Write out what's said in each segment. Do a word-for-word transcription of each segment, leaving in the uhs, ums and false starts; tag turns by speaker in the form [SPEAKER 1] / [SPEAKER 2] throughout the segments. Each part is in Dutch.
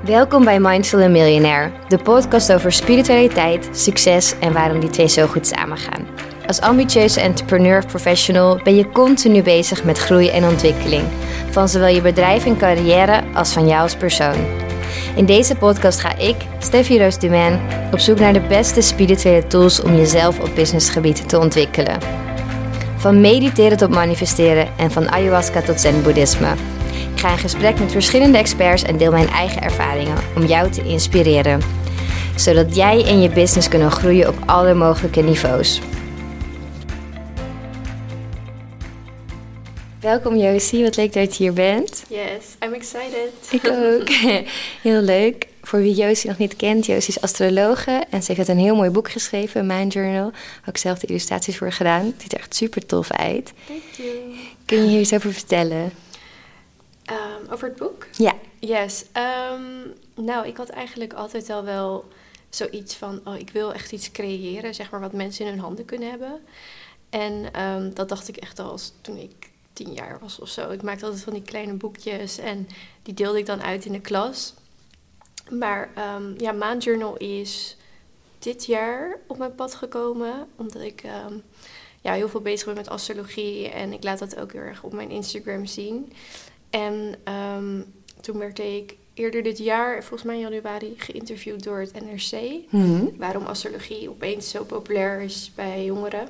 [SPEAKER 1] Welkom bij Mindful en Millionaire, de podcast over spiritualiteit, succes en waarom die twee zo goed samengaan. Als ambitieuze entrepreneur of professional ben je continu bezig met groei en ontwikkeling, van zowel je bedrijf en carrière als van jou als persoon. In deze podcast ga ik, Steffi Roos Dumaine, op zoek naar de beste spirituele tools om jezelf op businessgebied te ontwikkelen. Van mediteren tot manifesteren en van ayahuasca tot zen-boeddhisme. Ik ga in gesprek met verschillende experts en deel mijn eigen ervaringen om jou te inspireren. Zodat jij en je business kunnen groeien op alle mogelijke niveaus. Welkom Josie, wat leuk dat je hier bent.
[SPEAKER 2] Yes, I'm excited.
[SPEAKER 1] Ik ook. Heel leuk. Voor wie Josie nog niet kent, Josie is astrologe en ze heeft een heel mooi boek geschreven, Mind Journal. Heb ik zelf de illustraties voor gedaan. Het ziet er echt super tof uit.
[SPEAKER 2] Thank you.
[SPEAKER 1] Kun je hier iets over vertellen?
[SPEAKER 2] Um, over het boek?
[SPEAKER 1] Ja.
[SPEAKER 2] Yes. Um, nou, ik had eigenlijk altijd al wel zoiets van, oh, ik wil echt iets creëren, zeg maar, wat mensen in hun handen kunnen hebben. En um, dat dacht ik echt al als toen ik tien jaar was of zo. Ik maakte altijd van die kleine boekjes en die deelde ik dan uit in de klas. Maar um, ja, Mind Journal is dit jaar op mijn pad gekomen, omdat ik um, ja, heel veel bezig ben met astrologie en ik laat dat ook heel erg op mijn Instagram zien. En um, toen werd ik eerder dit jaar, volgens mij in januari, geïnterviewd door het N R C.
[SPEAKER 1] Mm-hmm.
[SPEAKER 2] Waarom astrologie opeens zo populair is bij jongeren.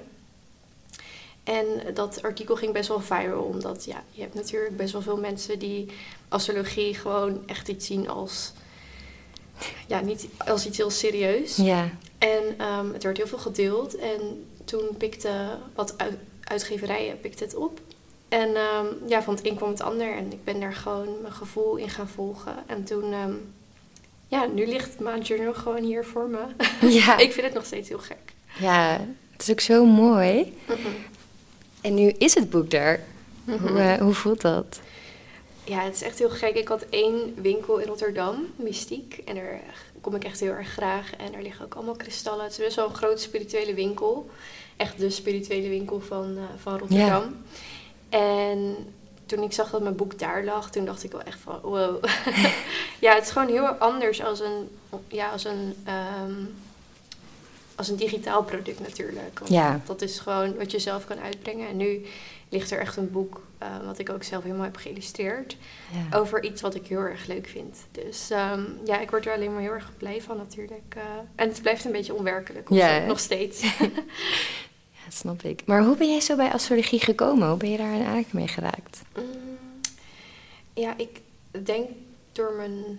[SPEAKER 2] En dat artikel ging best wel viral, omdat ja, je hebt natuurlijk best wel veel mensen die astrologie gewoon echt iets zien als, ja, niet als iets heel serieus.
[SPEAKER 1] Ja.
[SPEAKER 2] En um, het werd heel veel gedeeld en toen pikte wat uit, uitgeverijen pikte het op. En um, ja, van het een kwam het ander en ik ben daar gewoon mijn gevoel in gaan volgen. En toen, um, ja, nu ligt Mind Journal gewoon hier voor me.
[SPEAKER 1] Ja.
[SPEAKER 2] Ik vind het nog steeds heel gek.
[SPEAKER 1] Ja, het is ook zo mooi.
[SPEAKER 2] Mm-hmm.
[SPEAKER 1] En nu is het boek er.
[SPEAKER 2] Mm-hmm.
[SPEAKER 1] Hoe, uh, hoe voelt dat?
[SPEAKER 2] Ja, het is echt heel gek. Ik had één winkel in Rotterdam, Mystiek. En daar kom ik echt heel erg graag. En daar liggen ook allemaal kristallen. Het is best wel een grote spirituele winkel. Echt de spirituele winkel van, uh, van Rotterdam. Ja. En toen ik zag dat mijn boek daar lag, toen dacht ik wel echt van, wow. Ja, het is gewoon heel anders als een, ja, als een, um, als een digitaal product natuurlijk. Want
[SPEAKER 1] ja.
[SPEAKER 2] Dat is gewoon wat je zelf kan uitbrengen. En nu ligt er echt een boek, uh, wat ik ook zelf helemaal heb geïllustreerd, ja. over iets wat ik heel erg leuk vind. Dus um, ja, ik word er alleen maar heel erg blij van natuurlijk. Uh, en het blijft een beetje onwerkelijk,
[SPEAKER 1] ja.
[SPEAKER 2] zo, nog steeds.
[SPEAKER 1] Dat snap ik. Maar hoe ben jij zo bij astrologie gekomen? Hoe ben je daar in aanraking mee geraakt?
[SPEAKER 2] Mm, ja, ik denk door mijn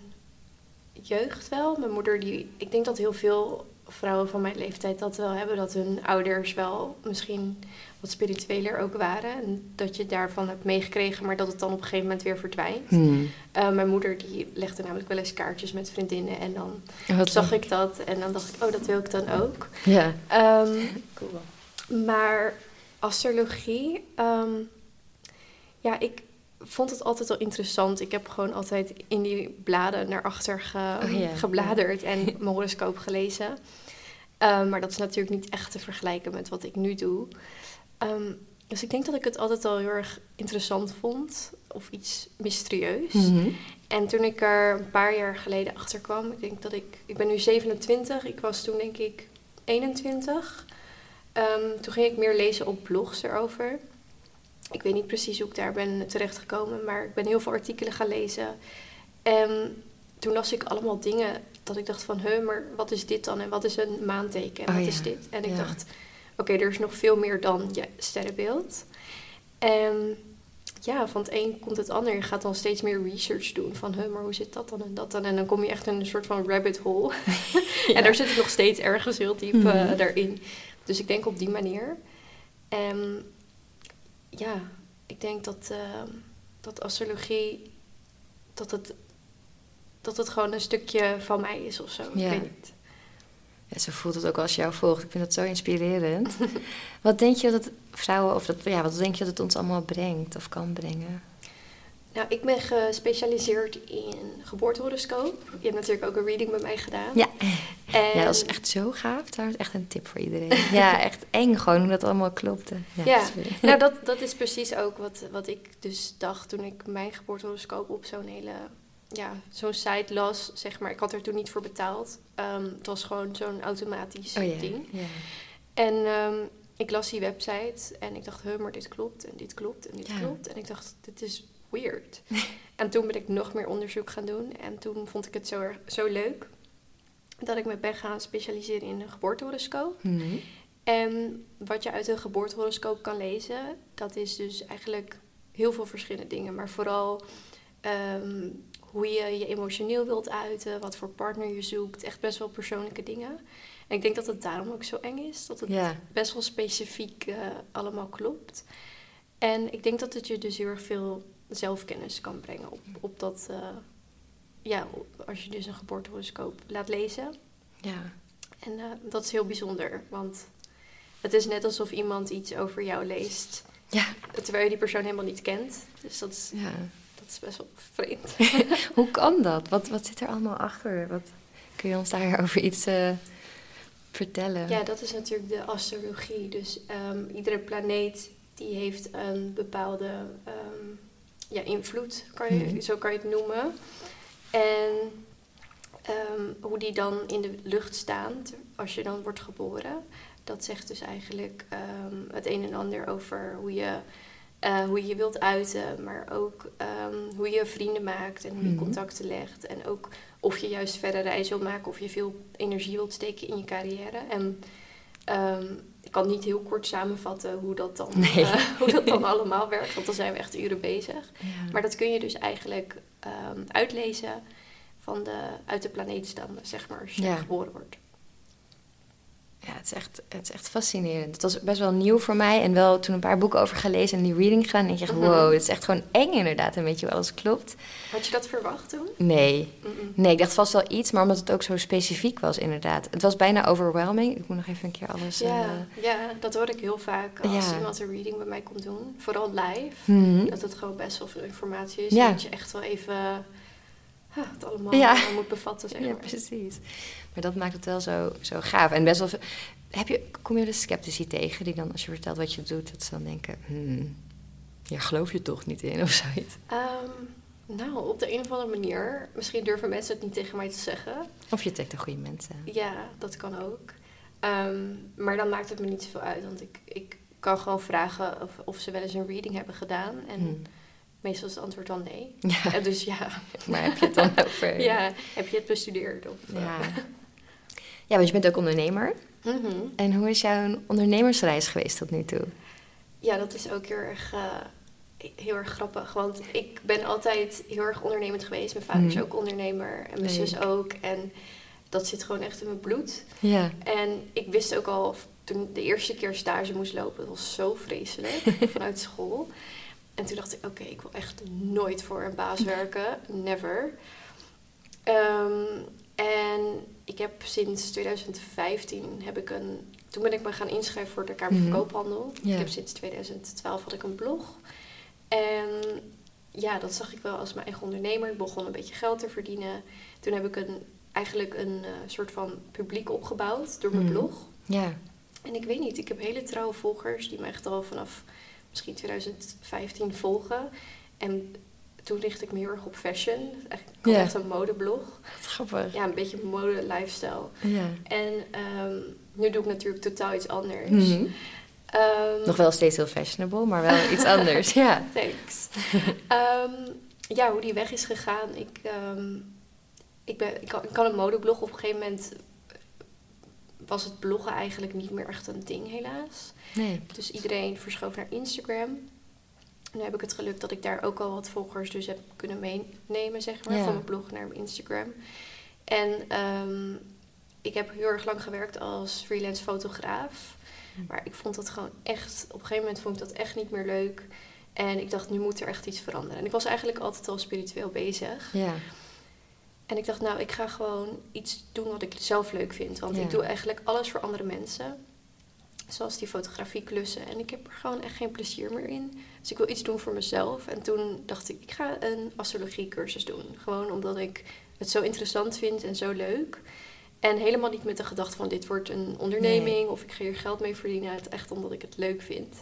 [SPEAKER 2] jeugd wel. Mijn moeder, die, ik denk dat heel veel vrouwen van mijn leeftijd dat wel hebben. Dat hun ouders wel misschien wat spiritueler ook waren. En dat je daarvan hebt meegekregen, maar dat het dan op een gegeven moment weer verdwijnt. Hmm. Uh, mijn moeder die legde namelijk wel eens kaartjes met vriendinnen. En dan Wat zag leuk. ik dat. En dan dacht ik, oh, dat wil ik dan ook.
[SPEAKER 1] Ja.
[SPEAKER 2] Um, cool. Maar astrologie, um, ja, ik vond het altijd wel interessant. Ik heb gewoon altijd in die bladen naar achter ge, oh, yeah. gebladerd en mijn horoscoop gelezen. Um, maar dat is natuurlijk niet echt te vergelijken met wat ik nu doe. Um, dus ik denk dat ik het altijd al heel erg interessant vond. Of iets mysterieus. Mm-hmm. En toen ik er een paar jaar geleden achter kwam, ik denk dat ik, ik ben nu zevenentwintig, ik was toen denk ik eenentwintig. Um, toen ging ik meer lezen op blogs erover. Ik weet niet precies hoe ik daar ben terechtgekomen, maar ik ben heel veel artikelen gaan lezen. En toen las ik allemaal dingen dat ik dacht van, huh, maar wat is dit dan? En wat is een maanteken? En
[SPEAKER 1] oh,
[SPEAKER 2] wat
[SPEAKER 1] ja.
[SPEAKER 2] is dit? En ik
[SPEAKER 1] ja.
[SPEAKER 2] dacht, oké, okay, er is nog veel meer dan je sterrenbeeld. En ja, van het een komt het ander. Je gaat dan steeds meer research doen van, huh, maar hoe zit dat dan en dat dan? En dan kom je echt in een soort van rabbit hole. Ja. En daar zit ik nog steeds ergens heel diep uh, mm-hmm. daarin. Dus ik denk op die manier. En ja, ik denk dat, uh, dat astrologie, dat het, dat het gewoon een stukje van mij is of zo.
[SPEAKER 1] Ja.
[SPEAKER 2] Ik weet niet.
[SPEAKER 1] Ja, zo voelt het ook als je jou volgt. Ik vind dat zo inspirerend. Wat denk je dat het vrouwen, of dat, ja, wat denk je dat het ons allemaal brengt of kan brengen?
[SPEAKER 2] Nou, ik ben gespecialiseerd in geboortehoroscoop. Je hebt natuurlijk ook een reading bij mij gedaan.
[SPEAKER 1] Ja.
[SPEAKER 2] En
[SPEAKER 1] ja, dat is echt zo gaaf. Trouwens, echt een tip voor iedereen. Ja, echt eng gewoon hoe dat allemaal klopte. Ja,
[SPEAKER 2] ja. nou dat, dat is precies ook wat, wat ik dus dacht toen ik mijn geboortehoroscoop op zo'n hele ja, zo'n site las, zeg maar. Ik had er toen niet voor betaald. Um, het was gewoon zo'n automatisch
[SPEAKER 1] oh, yeah.
[SPEAKER 2] ding.
[SPEAKER 1] Yeah.
[SPEAKER 2] En um, ik las die website en ik dacht, huh, maar dit klopt en dit klopt en dit ja. klopt. En ik dacht, dit is weird. En toen ben ik nog meer onderzoek gaan doen. En toen vond ik het zo, erg, zo leuk dat ik me ben gaan specialiseren in een geboortehoroscoop.
[SPEAKER 1] Mm-hmm.
[SPEAKER 2] En wat je uit een geboortehoroscoop kan lezen, dat is dus eigenlijk heel veel verschillende dingen. Maar vooral um, hoe je je emotioneel wilt uiten, wat voor partner je zoekt. Echt best wel persoonlijke dingen. En ik denk dat het daarom ook zo eng is. Dat het ja. best wel specifiek uh, allemaal klopt. En ik denk dat het je dus heel erg veel zelfkennis kan brengen op, op dat... Uh, ja, als je dus een geboortehoroscoop laat lezen.
[SPEAKER 1] Ja.
[SPEAKER 2] En uh, dat is heel bijzonder, want het is net alsof iemand iets over jou leest.
[SPEAKER 1] Ja.
[SPEAKER 2] Terwijl je die persoon helemaal niet kent. Dus dat is,
[SPEAKER 1] ja.
[SPEAKER 2] dat is best wel vreemd.
[SPEAKER 1] Hoe kan dat? Wat, wat zit er allemaal achter? Wat, kun je ons daarover iets uh, vertellen?
[SPEAKER 2] Ja, dat is natuurlijk de astrologie. Dus um, iedere planeet die heeft een bepaalde um, ja, invloed, kan je, hmm. zo kan je het noemen. En um, hoe die dan in de lucht staan als je dan wordt geboren, dat zegt dus eigenlijk um, het een en ander over hoe je, uh, hoe je je wilt uiten, maar ook um, hoe je vrienden maakt en hoe je mm-hmm. contacten legt. En ook of je juist verre reizen wilt maken of je veel energie wilt steken in je carrière. En um, ik kan niet heel kort samenvatten hoe dat dan, nee. uh, hoe dat dan allemaal werkt, want dan zijn we echt uren bezig. Ja. Maar dat kun je dus eigenlijk um, uitlezen van de, uit de planeetstanden, zeg maar, als je ja. geboren wordt.
[SPEAKER 1] Ja, het is, echt, het is echt fascinerend. Het was best wel nieuw voor mij. En wel toen een paar boeken over gelezen en die reading gedaan. En ik dacht, mm-hmm. wow, het is echt gewoon eng inderdaad. En weet je wel, alles klopt.
[SPEAKER 2] Had je dat verwacht toen?
[SPEAKER 1] Nee. Mm-mm. Nee, ik dacht vast wel iets. Maar omdat het ook zo specifiek was inderdaad. Het was bijna overwhelming. Ik moet nog even een keer alles...
[SPEAKER 2] Ja,
[SPEAKER 1] uh...
[SPEAKER 2] ja dat hoor ik heel vaak als ja. iemand een reading bij mij komt doen. Vooral live.
[SPEAKER 1] Mm-hmm.
[SPEAKER 2] Dat het gewoon best wel veel informatie is.
[SPEAKER 1] Ja.
[SPEAKER 2] En dat je echt wel even huh, het allemaal ja. moet bevatten, zeg maar.
[SPEAKER 1] Ja, precies. Maar dat maakt het wel zo, zo gaaf. En best wel veel... Heb je, kom je de sceptici tegen die dan, als je vertelt wat je doet, dat ze dan denken, hmm, ja, geloof je toch niet in of zoiets?
[SPEAKER 2] Um, nou, op de een of andere manier. Misschien durven mensen het niet tegen mij te zeggen.
[SPEAKER 1] Of je trekt de goede mensen.
[SPEAKER 2] Ja, dat kan ook. Um, maar dan maakt het me niet zoveel uit, want ik, ik kan gewoon vragen of, of ze wel eens een reading hebben gedaan. En hmm. meestal is het antwoord dan nee.
[SPEAKER 1] Ja.
[SPEAKER 2] En dus ja.
[SPEAKER 1] Maar heb je het dan over?
[SPEAKER 2] Ja, heb je het bestudeerd? Of,
[SPEAKER 1] ja. Ja, want je bent ook ondernemer.
[SPEAKER 2] Mm-hmm.
[SPEAKER 1] En hoe is jouw ondernemersreis geweest tot nu toe?
[SPEAKER 2] Ja, dat is ook heel erg, uh, heel erg grappig. Want ik ben altijd heel erg ondernemend geweest. Mijn vader mm. is ook ondernemer en mijn Leuk. zus ook. En dat zit gewoon echt in mijn bloed.
[SPEAKER 1] Ja.
[SPEAKER 2] En ik wist ook al, toen de eerste keer stage moest lopen, dat was zo vreselijk, vanuit school. En toen dacht ik, oké, okay, ik wil echt nooit voor een baas werken. Never. Um, en ik heb sinds twintig vijftien heb ik een... Toen ben ik me gaan inschrijven voor de Kamer van mm-hmm. Koophandel. Yeah. Ik heb sinds twintig twaalf had ik een blog. En ja, dat zag ik wel als mijn eigen ondernemer. Ik begon een beetje geld te verdienen. Toen heb ik een, eigenlijk een uh, soort van publiek opgebouwd door mijn mm. blog.
[SPEAKER 1] Yeah.
[SPEAKER 2] En ik weet niet, ik heb hele trouwe volgers die me echt al vanaf misschien twintig vijftien volgen. En toen richtte ik me heel erg op fashion. Ik had yeah. echt een modeblog.
[SPEAKER 1] Wat grappig.
[SPEAKER 2] Ja, een beetje mode, lifestyle.
[SPEAKER 1] Yeah.
[SPEAKER 2] En um, nu doe ik natuurlijk totaal iets anders.
[SPEAKER 1] Mm-hmm.
[SPEAKER 2] Um,
[SPEAKER 1] Nog wel steeds heel fashionable, maar wel iets anders. Ja.
[SPEAKER 2] Thanks. um, ja, hoe die weg is gegaan. Ik, um, ik, ben, ik, kan, ik kan een modeblog. Op een gegeven moment was het bloggen eigenlijk niet meer echt een ding, helaas.
[SPEAKER 1] Nee.
[SPEAKER 2] Dus iedereen verschoof naar Instagram. Nu heb ik het geluk dat ik daar ook al wat volgers dus heb kunnen meenemen, zeg maar, ja. van mijn blog naar mijn Instagram. En um, ik heb heel erg lang gewerkt als freelance fotograaf. Mm. Maar ik vond dat gewoon echt, op een gegeven moment vond ik dat echt niet meer leuk. En ik dacht, nu moet er echt iets veranderen. En ik was eigenlijk altijd al spiritueel bezig.
[SPEAKER 1] Ja.
[SPEAKER 2] En ik dacht, nou, ik ga gewoon iets doen wat ik zelf leuk vind. Want ja. ik doe eigenlijk alles voor andere mensen. Zoals die fotografieklussen. En ik heb er gewoon echt geen plezier meer in. Dus ik wil iets doen voor mezelf. En toen dacht ik, ik ga een astrologiecursus doen. Gewoon omdat ik het zo interessant vind en zo leuk. En helemaal niet met de gedachte van dit wordt een onderneming. Nee. Of ik ga hier geld mee verdienen. Het echt omdat ik het leuk vind.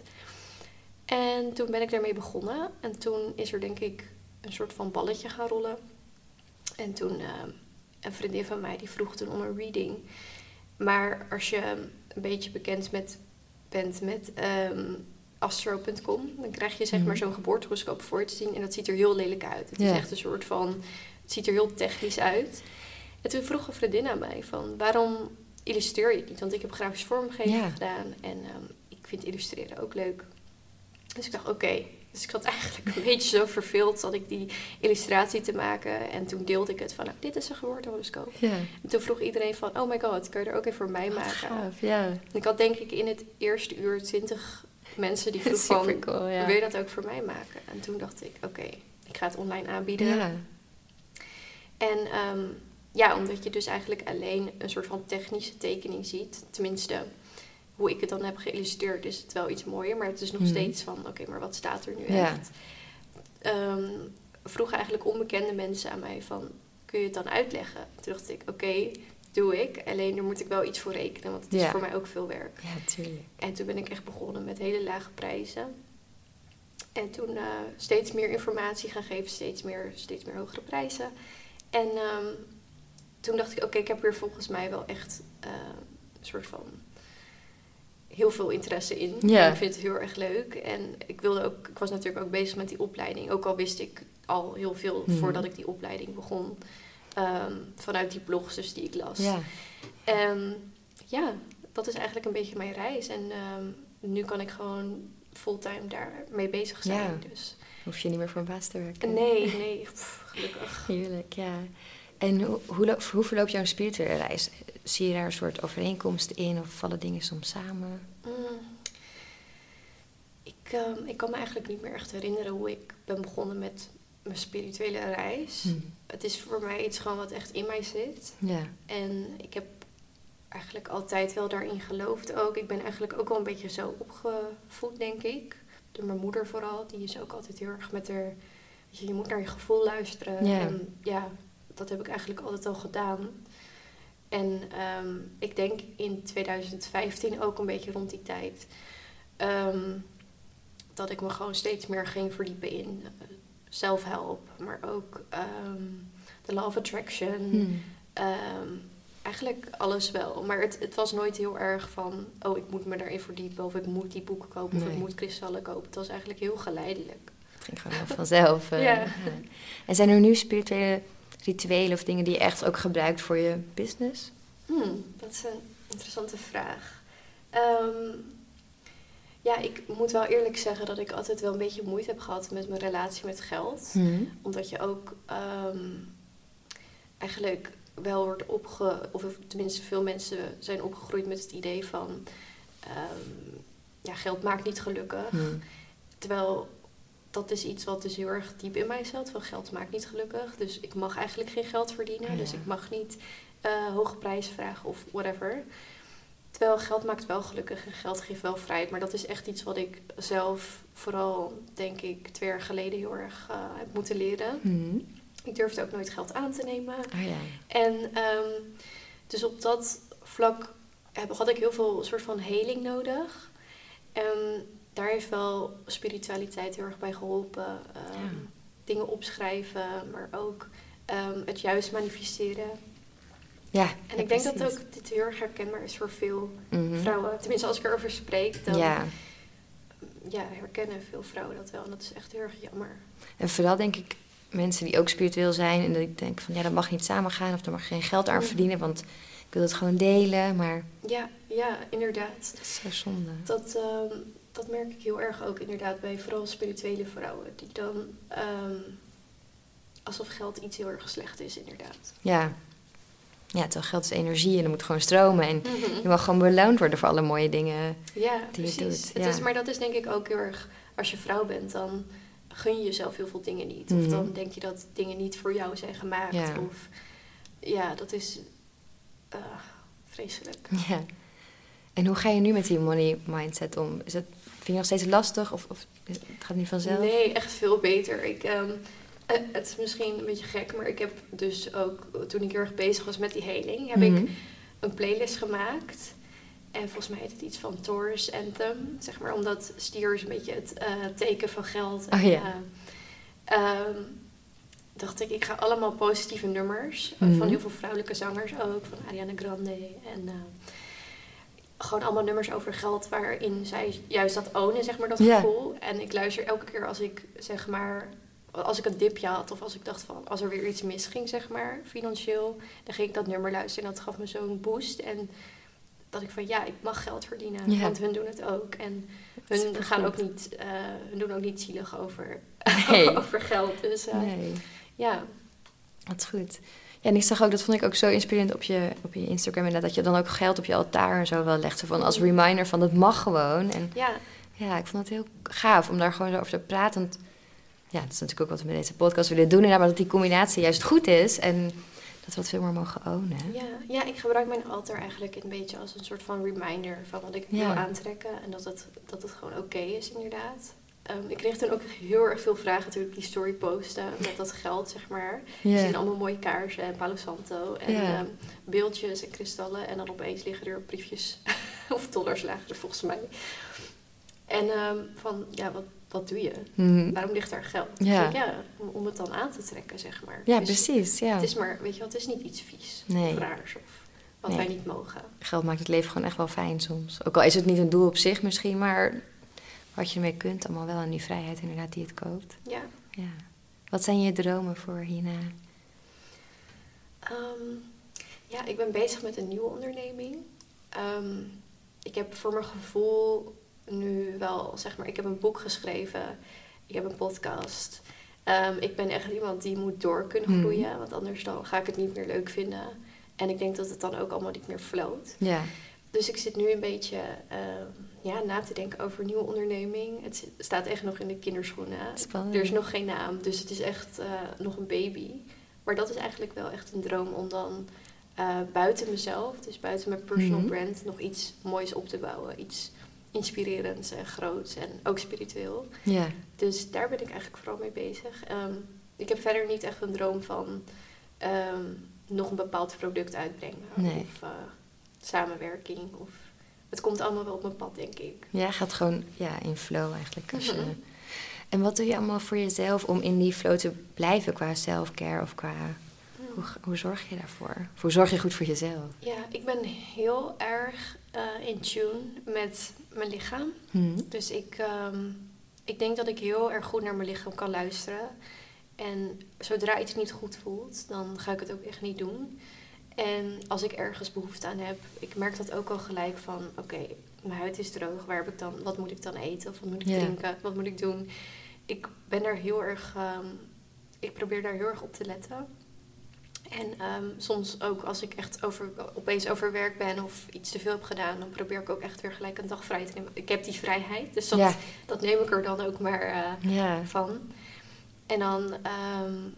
[SPEAKER 2] En toen ben ik daarmee begonnen. En toen is er denk ik een soort van balletje gaan rollen. En toen uh, een vriendin van mij die vroeg toen om een reading. Maar als je een beetje bekend met, bent met um, astro punt com, dan krijg je zeg mm. maar zo'n geboortehoroscoop voor te zien. En dat ziet er heel lelijk uit. Het ja. is echt een soort van, het ziet er heel technisch uit. En toen vroeg een vriendin aan mij van, waarom illustreer je het niet? Want ik heb grafisch vormgeving ja. gedaan en um, ik vind illustreren ook leuk. Dus ik dacht, oké. Okay. Dus ik had eigenlijk een beetje zo verveeld dat ik die illustratie te maken. En toen deelde ik het van, nou, dit is een geboortehoroscoop. Ja. En toen vroeg iedereen van, oh my god, kan je er ook even voor mij
[SPEAKER 1] Wat
[SPEAKER 2] maken?
[SPEAKER 1] Gaaf, ja.
[SPEAKER 2] En ik had denk ik in het eerste uur twintig mensen die vroegen van, cool, ja. wil je dat ook voor mij maken? En toen dacht ik, oké, okay, ik ga het online aanbieden. Ja. En um, ja, omdat je dus eigenlijk alleen een soort van technische tekening ziet, tenminste hoe ik het dan heb geïllustreerd, is het wel iets mooier. Maar het is nog hmm. steeds van, oké, okay, maar wat staat er nu ja. echt? Um, vroegen eigenlijk onbekende mensen aan mij van, kun je het dan uitleggen? Toen dacht ik, oké, okay, doe ik. Alleen daar moet ik wel iets voor rekenen, want het ja. is voor mij ook veel werk.
[SPEAKER 1] Ja, tuurlijk.
[SPEAKER 2] En toen ben ik echt begonnen met hele lage prijzen. En toen uh, steeds meer informatie gaan geven, steeds meer, steeds meer hogere prijzen. En um, toen dacht ik, oké, okay, ik heb hier volgens mij wel echt uh, een soort van heel veel interesse in. Ja. Ik vind het heel erg leuk. En ik wilde ook, ik was natuurlijk ook bezig met die opleiding. Ook al wist ik al heel veel hmm. voordat ik die opleiding begon. Um, vanuit die blogs dus die ik las. Ja. En ja, dat is eigenlijk een beetje mijn reis. En um, nu kan ik gewoon fulltime daarmee bezig zijn.
[SPEAKER 1] Ja.
[SPEAKER 2] Dus
[SPEAKER 1] hoef je niet meer voor een baas te werken.
[SPEAKER 2] Nee, nee. Pff, gelukkig.
[SPEAKER 1] Heerlijk, ja. En hoe, hoe, hoe verloopt jouw spirituele reis? Zie je daar een soort overeenkomsten in of vallen dingen soms samen?
[SPEAKER 2] Mm. Ik, um, ik kan me eigenlijk niet meer echt herinneren hoe ik ben begonnen met mijn spirituele reis. Hmm. Het is voor mij iets gewoon wat echt in mij zit. Ja. En ik heb eigenlijk altijd wel daarin geloofd ook. Ik ben eigenlijk ook wel een beetje zo opgevoed, denk ik. Door mijn moeder vooral. Die is ook altijd heel erg met haar, weet je, je moet naar je gevoel luisteren. Ja. En ja, dat heb ik eigenlijk altijd al gedaan. En um, ik denk in twintig vijftien ook een beetje rond die tijd Um, dat ik me gewoon steeds meer ging verdiepen in uh, self-help. Maar ook um, the law of attraction. Hmm. Um, eigenlijk alles wel. Maar het, het was nooit heel erg van, oh, ik moet me daarin verdiepen. Of ik moet die boeken kopen. Nee. Of ik moet kristallen kopen. Het was eigenlijk heel geleidelijk.
[SPEAKER 1] Het ging gewoon vanzelf. Uh,
[SPEAKER 2] ja.
[SPEAKER 1] ja. En zijn er nu spirituele rituelen of dingen die je echt ook gebruikt voor je business?
[SPEAKER 2] Hmm, dat is een interessante vraag. Um, ja, ik moet wel eerlijk zeggen dat ik altijd wel een beetje moeite heb gehad met mijn relatie met geld. Hmm. Omdat je ook um, eigenlijk wel wordt opge... of tenminste veel mensen zijn opgegroeid met het idee van Um, ja, geld maakt niet gelukkig. Hmm. Terwijl dat is iets wat dus heel erg diep in mij zat. Van geld maakt niet gelukkig. Dus ik mag eigenlijk geen geld verdienen. Ja. Dus ik mag niet uh, hoge prijzen vragen of whatever. Terwijl geld maakt wel gelukkig en geld geeft wel vrijheid. Maar dat is echt iets wat ik zelf vooral, denk ik, twee jaar geleden heel erg uh, heb moeten leren. Hmm. Ik durfde ook nooit geld aan te nemen.
[SPEAKER 1] Oh ja.
[SPEAKER 2] En um, dus op dat vlak heb, had ik heel veel soort van heling nodig. En daar heeft wel spiritualiteit heel erg bij geholpen. Um, ja. Dingen opschrijven, maar ook um, het juist manifesteren.
[SPEAKER 1] Ja,
[SPEAKER 2] en ja, ik denk precies. dat ook dit heel erg herkenbaar is voor veel mm-hmm. vrouwen. Tenminste, als ik erover spreek, dan ja. Ja, herkennen veel vrouwen dat wel. En dat is echt heel erg jammer.
[SPEAKER 1] En vooral denk ik mensen die ook spiritueel zijn en dat ik denk van ja, dat mag niet samengaan of daar mag je geen geld aan mm. verdienen, want ik wil het gewoon delen, maar
[SPEAKER 2] ja, ja, inderdaad.
[SPEAKER 1] Dat is zo zonde.
[SPEAKER 2] Dat, um, dat merk ik heel erg ook inderdaad bij vooral spirituele vrouwen die dan um, alsof geld iets heel erg slecht is, inderdaad.
[SPEAKER 1] Ja. Ja, terwijl geld is energie en dat moet gewoon stromen. En mm-hmm. je mag gewoon beloond worden voor alle mooie dingen
[SPEAKER 2] ja,
[SPEAKER 1] die
[SPEAKER 2] precies.
[SPEAKER 1] je doet.
[SPEAKER 2] Het
[SPEAKER 1] ja.
[SPEAKER 2] is, maar dat is denk ik ook heel erg, als je vrouw bent, dan gun je jezelf heel veel dingen niet. Mm-hmm. Of dan denk je dat dingen niet voor jou zijn gemaakt.
[SPEAKER 1] Ja,
[SPEAKER 2] of, ja dat is uh, vreselijk.
[SPEAKER 1] Ja. En hoe ga je nu met die money mindset om? Is het, vind je nog steeds lastig of, of het gaat niet vanzelf?
[SPEAKER 2] Nee, echt veel beter. Ik... Um, Uh, het is misschien een beetje gek, maar ik heb dus ook, toen ik heel erg bezig was met die heling, heb mm-hmm. ik een playlist gemaakt. En volgens mij heet het iets van Taurus Anthem, zeg maar, omdat stier is een beetje het uh, teken van geld. En,
[SPEAKER 1] oh, ja.
[SPEAKER 2] uh, um, dacht ik, ik ga allemaal positieve nummers.
[SPEAKER 1] Mm-hmm.
[SPEAKER 2] Van heel veel vrouwelijke zangers ook. Van Ariana Grande. En uh, gewoon allemaal nummers over geld waarin zij juist dat ownen, zeg maar, dat
[SPEAKER 1] Ja.
[SPEAKER 2] gevoel. En ik luister elke keer als ik, zeg maar, als ik een dipje had of als ik dacht van, als er weer iets misging, zeg maar, financieel, dan ging ik dat nummer luisteren en dat gaf me zo'n boost. En dat ik van, ja, ik mag geld verdienen,
[SPEAKER 1] Ja.
[SPEAKER 2] want hun doen het ook. En hun
[SPEAKER 1] Supergoed.
[SPEAKER 2] gaan ook niet, uh, hun doen ook niet zielig over,
[SPEAKER 1] Nee.
[SPEAKER 2] over geld. Dus uh,
[SPEAKER 1] Nee,
[SPEAKER 2] ja.
[SPEAKER 1] dat is goed. Ja, en ik zag ook, dat vond ik ook zo inspirerend op je, op je Instagram. En dat je dan ook geld op je altaar en zo wel legt. Zo van als reminder van, dat mag gewoon. En
[SPEAKER 2] Ja.
[SPEAKER 1] ja, ik vond het heel gaaf om daar gewoon zo over te praten. Want ja, dat is natuurlijk ook wat we met deze podcast willen doen. Inderdaad, maar dat die combinatie juist goed is. En dat we het veel meer mogen ownen.
[SPEAKER 2] Ja, ja, ik gebruik mijn altaar eigenlijk een beetje als een soort van reminder van wat ik
[SPEAKER 1] Ja.
[SPEAKER 2] wil aantrekken. En dat het, dat het gewoon oké okay is, inderdaad. Um, ik kreeg toen ook heel erg veel vragen toen ik die story postte met dat geld, zeg maar.
[SPEAKER 1] Ja.
[SPEAKER 2] Je ziet allemaal mooie kaarsen en Palo Santo en
[SPEAKER 1] Ja.
[SPEAKER 2] um, beeldjes en kristallen. En dan opeens liggen er briefjes of dollars lagen er volgens mij. En um, van, ja, wat, wat doe je?
[SPEAKER 1] Mm-hmm.
[SPEAKER 2] Waarom ligt daar geld?
[SPEAKER 1] Ja.
[SPEAKER 2] Dus ik, ja, om, om het dan aan te trekken, zeg maar.
[SPEAKER 1] Ja,
[SPEAKER 2] Dus
[SPEAKER 1] precies. Ja.
[SPEAKER 2] het is maar, weet je wel, het is niet iets vies
[SPEAKER 1] Nee.
[SPEAKER 2] of raars of wat
[SPEAKER 1] Nee.
[SPEAKER 2] wij niet mogen.
[SPEAKER 1] Geld maakt het leven gewoon echt wel fijn soms. Ook al is het niet een doel op zich misschien, maar wat je ermee kunt, allemaal wel aan die vrijheid inderdaad die het koopt.
[SPEAKER 2] Ja.
[SPEAKER 1] Ja. Wat zijn je dromen voor hierna?
[SPEAKER 2] Um, ja, ik ben bezig met een nieuwe onderneming. Um, ik heb voor mijn gevoel nu wel, zeg maar, ik heb een boek geschreven. Ik heb een podcast. Um, ik ben echt iemand die moet door kunnen groeien, hmm. want anders dan ga ik het niet meer leuk vinden. En ik denk dat het dan ook allemaal niet meer float.
[SPEAKER 1] Ja.
[SPEAKER 2] Dus ik zit nu een beetje uh, ja, na te denken over een nieuwe onderneming. Het staat echt nog in de kinderschoenen.
[SPEAKER 1] Spannend.
[SPEAKER 2] Er is nog geen naam, dus het is echt uh, nog een baby. Maar dat is eigenlijk wel echt een droom om dan uh, buiten mezelf, dus buiten mijn personal mm-hmm. brand, nog iets moois op te bouwen. Iets inspirerends en groots en ook spiritueel.
[SPEAKER 1] Ja.
[SPEAKER 2] Dus daar ben ik eigenlijk vooral mee bezig. Um, ik heb verder niet echt een droom van um, nog een bepaald product uitbrengen.
[SPEAKER 1] Nee.
[SPEAKER 2] Of uh, samenwerking. Of, het komt allemaal wel op mijn pad, denk ik.
[SPEAKER 1] Ja, gaat gewoon ja, in flow eigenlijk. Als mm-hmm. je... En wat doe je allemaal voor jezelf om in die flow te blijven qua self-care of qua... Mm. Hoe, hoe zorg je daarvoor? Of hoe zorg je goed voor jezelf?
[SPEAKER 2] Ja, ik ben heel erg uh, in tune met mijn lichaam.
[SPEAKER 1] Mm.
[SPEAKER 2] Dus ik, um, ik denk dat ik heel erg goed naar mijn lichaam kan luisteren. En zodra iets niet goed voelt, dan ga ik het ook echt niet doen. En als ik ergens behoefte aan heb, ik merk dat ook al gelijk van... Oké, okay, mijn huid is droog, waar heb ik dan, wat moet ik dan eten? Of wat moet ik yeah. drinken? Wat moet ik doen? Ik ben daar heel erg... Um, ik probeer daar heel erg op te letten. En um, soms ook als ik echt over, opeens overwerkt ben of iets te veel heb gedaan... dan probeer ik ook echt weer gelijk een dag vrij te nemen. Ik heb die vrijheid, dus dat, yeah. dat neem ik er dan ook maar uh, yeah. van. En dan... Um,